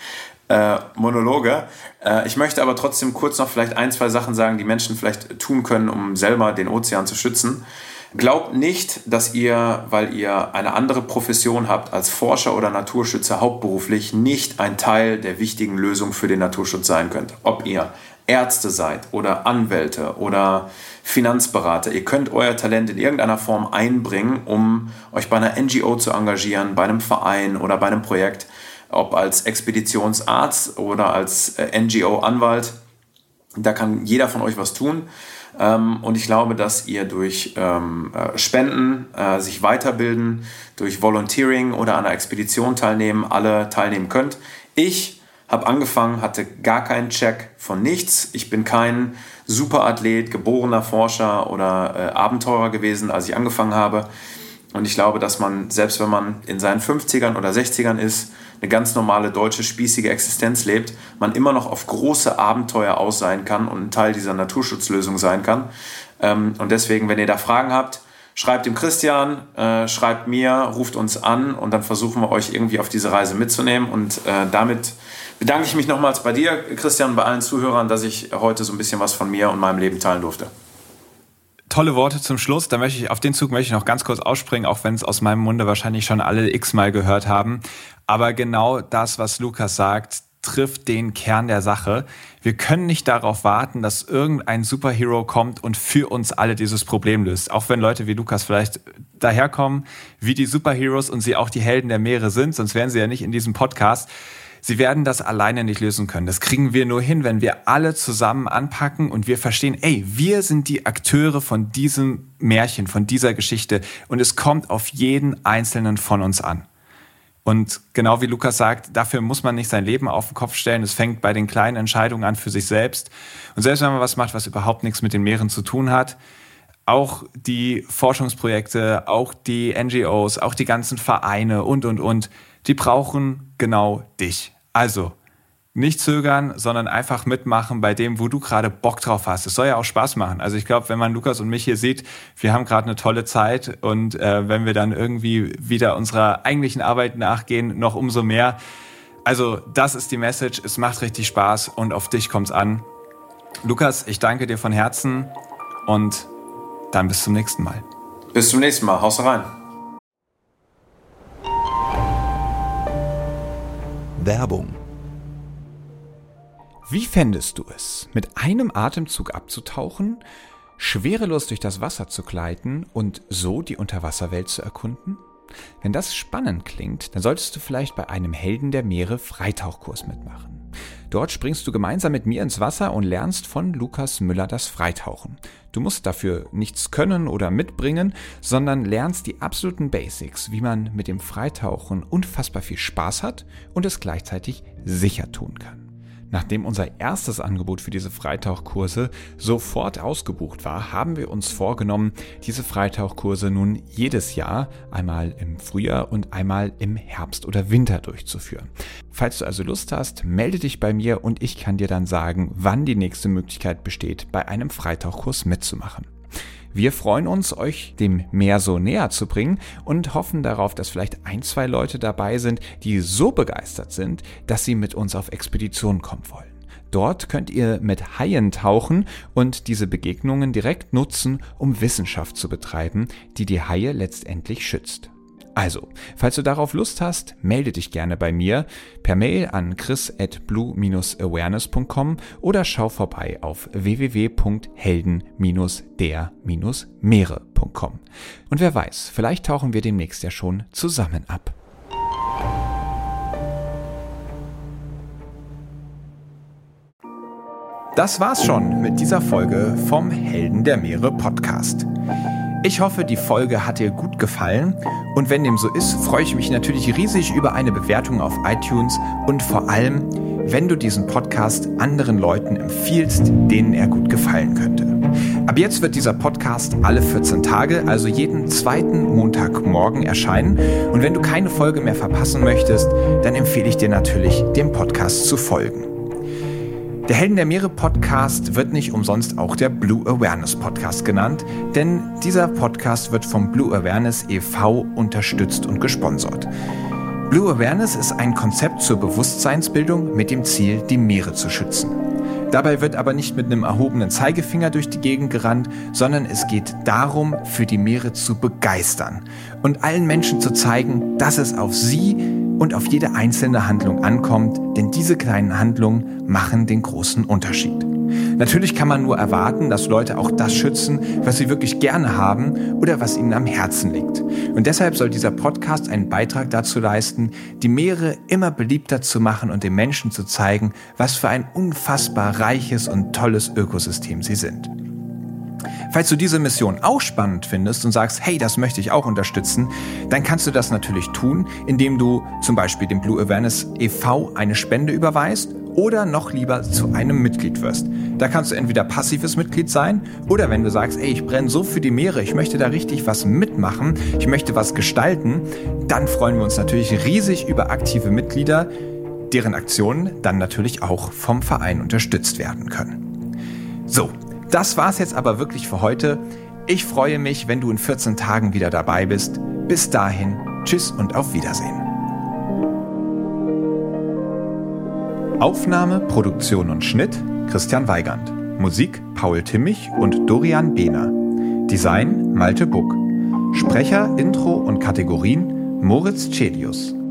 äh, Monologe. Äh, ich möchte aber trotzdem kurz noch vielleicht ein, zwei Sachen sagen, die Menschen vielleicht tun können, um selber den Ozean zu schützen. Glaubt nicht, dass ihr, weil ihr eine andere Profession habt als Forscher oder Naturschützer hauptberuflich, nicht ein Teil der wichtigen Lösung für den Naturschutz sein könnt. Ob ihr Ärzte seid oder Anwälte oder Finanzberater, ihr könnt euer Talent in irgendeiner Form einbringen, um euch bei einer N G O zu engagieren, bei einem Verein oder bei einem Projekt, ob als Expeditionsarzt oder als N G O-Anwalt. Da kann jeder von euch was tun. Und ich glaube, dass ihr durch Spenden, sich weiterbilden, durch Volunteering oder an einer Expedition teilnehmen, alle teilnehmen könnt. Ich habe angefangen, hatte gar keinen Check von nichts. Ich bin kein Superathlet, geborener Forscher oder äh, Abenteurer gewesen, als ich angefangen habe. Und ich glaube, dass man, selbst wenn man in seinen fünfzigern oder sechzigern ist, eine ganz normale deutsche, spießige Existenz lebt, man immer noch auf große Abenteuer aus sein kann und ein Teil dieser Naturschutzlösung sein kann. Ähm, und deswegen, wenn ihr da Fragen habt, schreibt dem Christian, äh, schreibt mir, ruft uns an und dann versuchen wir euch irgendwie auf diese Reise mitzunehmen. Und äh, damit bedanke ich mich nochmals bei dir, Christian, und bei allen Zuhörern, dass ich heute so ein bisschen was von mir und meinem Leben teilen durfte. Tolle Worte zum Schluss. Da möchte ich, auf den Zug möchte ich noch ganz kurz ausspringen, auch wenn es aus meinem Munde wahrscheinlich schon alle x-mal gehört haben. Aber genau das, was Lukas sagt, trifft den Kern der Sache. Wir können nicht darauf warten, dass irgendein Superhero kommt und für uns alle dieses Problem löst. Auch wenn Leute wie Lukas vielleicht daherkommen wie die Superheroes und sie auch die Helden der Meere sind, sonst wären sie ja nicht in diesem Podcast. Sie werden das alleine nicht lösen können. Das kriegen wir nur hin, wenn wir alle zusammen anpacken und wir verstehen, ey, wir sind die Akteure von diesem Märchen, von dieser Geschichte und es kommt auf jeden Einzelnen von uns an. Und genau wie Lukas sagt, dafür muss man nicht sein Leben auf den Kopf stellen. Es fängt bei den kleinen Entscheidungen an für sich selbst. Und selbst wenn man was macht, was überhaupt nichts mit den Meeren zu tun hat, auch die Forschungsprojekte, auch die N G Os, auch die ganzen Vereine und, und, und, die brauchen genau dich. Also nicht zögern, sondern einfach mitmachen bei dem, wo du gerade Bock drauf hast. Es soll ja auch Spaß machen. Also ich glaube, wenn man Lukas und mich hier sieht, wir haben gerade eine tolle Zeit und äh, wenn wir dann irgendwie wieder unserer eigentlichen Arbeit nachgehen, noch umso mehr. Also das ist die Message. Es macht richtig Spaß und auf dich kommt's an. Lukas, ich danke dir von Herzen und dann bis zum nächsten Mal. Bis zum nächsten Mal. Haust rein. Werbung. Wie fändest du es, mit einem Atemzug abzutauchen, schwerelos durch das Wasser zu gleiten und so die Unterwasserwelt zu erkunden? Wenn das spannend klingt, dann solltest du vielleicht bei einem Helden der Meere Freitauchkurs mitmachen. Dort springst du gemeinsam mit mir ins Wasser und lernst von Lukas Müller das Freitauchen. Du musst dafür nichts können oder mitbringen, sondern lernst die absoluten Basics, wie man mit dem Freitauchen unfassbar viel Spaß hat und es gleichzeitig sicher tun kann. Nachdem unser erstes Angebot für diese Freitauchkurse sofort ausgebucht war, haben wir uns vorgenommen, diese Freitauchkurse nun jedes Jahr, einmal im Frühjahr und einmal im Herbst oder Winter durchzuführen. Falls du also Lust hast, melde dich bei mir und ich kann dir dann sagen, wann die nächste Möglichkeit besteht, bei einem Freitauchkurs mitzumachen. Wir freuen uns, euch dem Meer so näher zu bringen und hoffen darauf, dass vielleicht ein, zwei Leute dabei sind, die so begeistert sind, dass sie mit uns auf Expedition kommen wollen. Dort könnt ihr mit Haien tauchen und diese Begegnungen direkt nutzen, um Wissenschaft zu betreiben, die die Haie letztendlich schützt. Also, falls du darauf Lust hast, melde dich gerne bei mir per Mail an chris at blue dash awareness punkt com oder schau vorbei auf w w w punkt helden der meere punkt com. Und wer weiß, vielleicht tauchen wir demnächst ja schon zusammen ab. Das war's schon mit dieser Folge vom Helden der Meere Podcast. Ich hoffe, die Folge hat dir gut gefallen und wenn dem so ist, freue ich mich natürlich riesig über eine Bewertung auf iTunes und vor allem, wenn du diesen Podcast anderen Leuten empfiehlst, denen er gut gefallen könnte. Ab jetzt wird dieser Podcast alle vierzehn Tage, also jeden zweiten Montagmorgen erscheinen und wenn du keine Folge mehr verpassen möchtest, dann empfehle ich dir natürlich, dem Podcast zu folgen. Der Helden der Meere Podcast wird nicht umsonst auch der Blue Awareness Podcast genannt, denn dieser Podcast wird vom Blue Awareness e V unterstützt und gesponsert. Blue Awareness ist ein Konzept zur Bewusstseinsbildung mit dem Ziel, die Meere zu schützen. Dabei wird aber nicht mit einem erhobenen Zeigefinger durch die Gegend gerannt, sondern es geht darum, für die Meere zu begeistern und allen Menschen zu zeigen, dass es auf sie und auf jede einzelne Handlung ankommt, denn diese kleinen Handlungen machen den großen Unterschied. Natürlich kann man nur erwarten, dass Leute auch das schützen, was sie wirklich gerne haben oder was ihnen am Herzen liegt. Und deshalb soll dieser Podcast einen Beitrag dazu leisten, die Meere immer beliebter zu machen und den Menschen zu zeigen, was für ein unfassbar reiches und tolles Ökosystem sie sind. Falls du diese Mission auch spannend findest und sagst, hey, das möchte ich auch unterstützen, dann kannst du das natürlich tun, indem du zum Beispiel dem Blue Awareness e V eine Spende überweist oder noch lieber zu einem Mitglied wirst. Da kannst du entweder passives Mitglied sein oder wenn du sagst, ey, ich brenne so für die Meere, ich möchte da richtig was mitmachen, ich möchte was gestalten, dann freuen wir uns natürlich riesig über aktive Mitglieder, deren Aktionen dann natürlich auch vom Verein unterstützt werden können. So, das war's jetzt aber wirklich für heute. Ich freue mich, wenn du in vierzehn Tagen wieder dabei bist. Bis dahin, tschüss und auf Wiedersehen. Aufnahme, Produktion und Schnitt Christian Weigand. Musik Paul Timmich und Dorian Behner. Design Malte Buck. Sprecher, Intro und Kategorien Moritz Celius.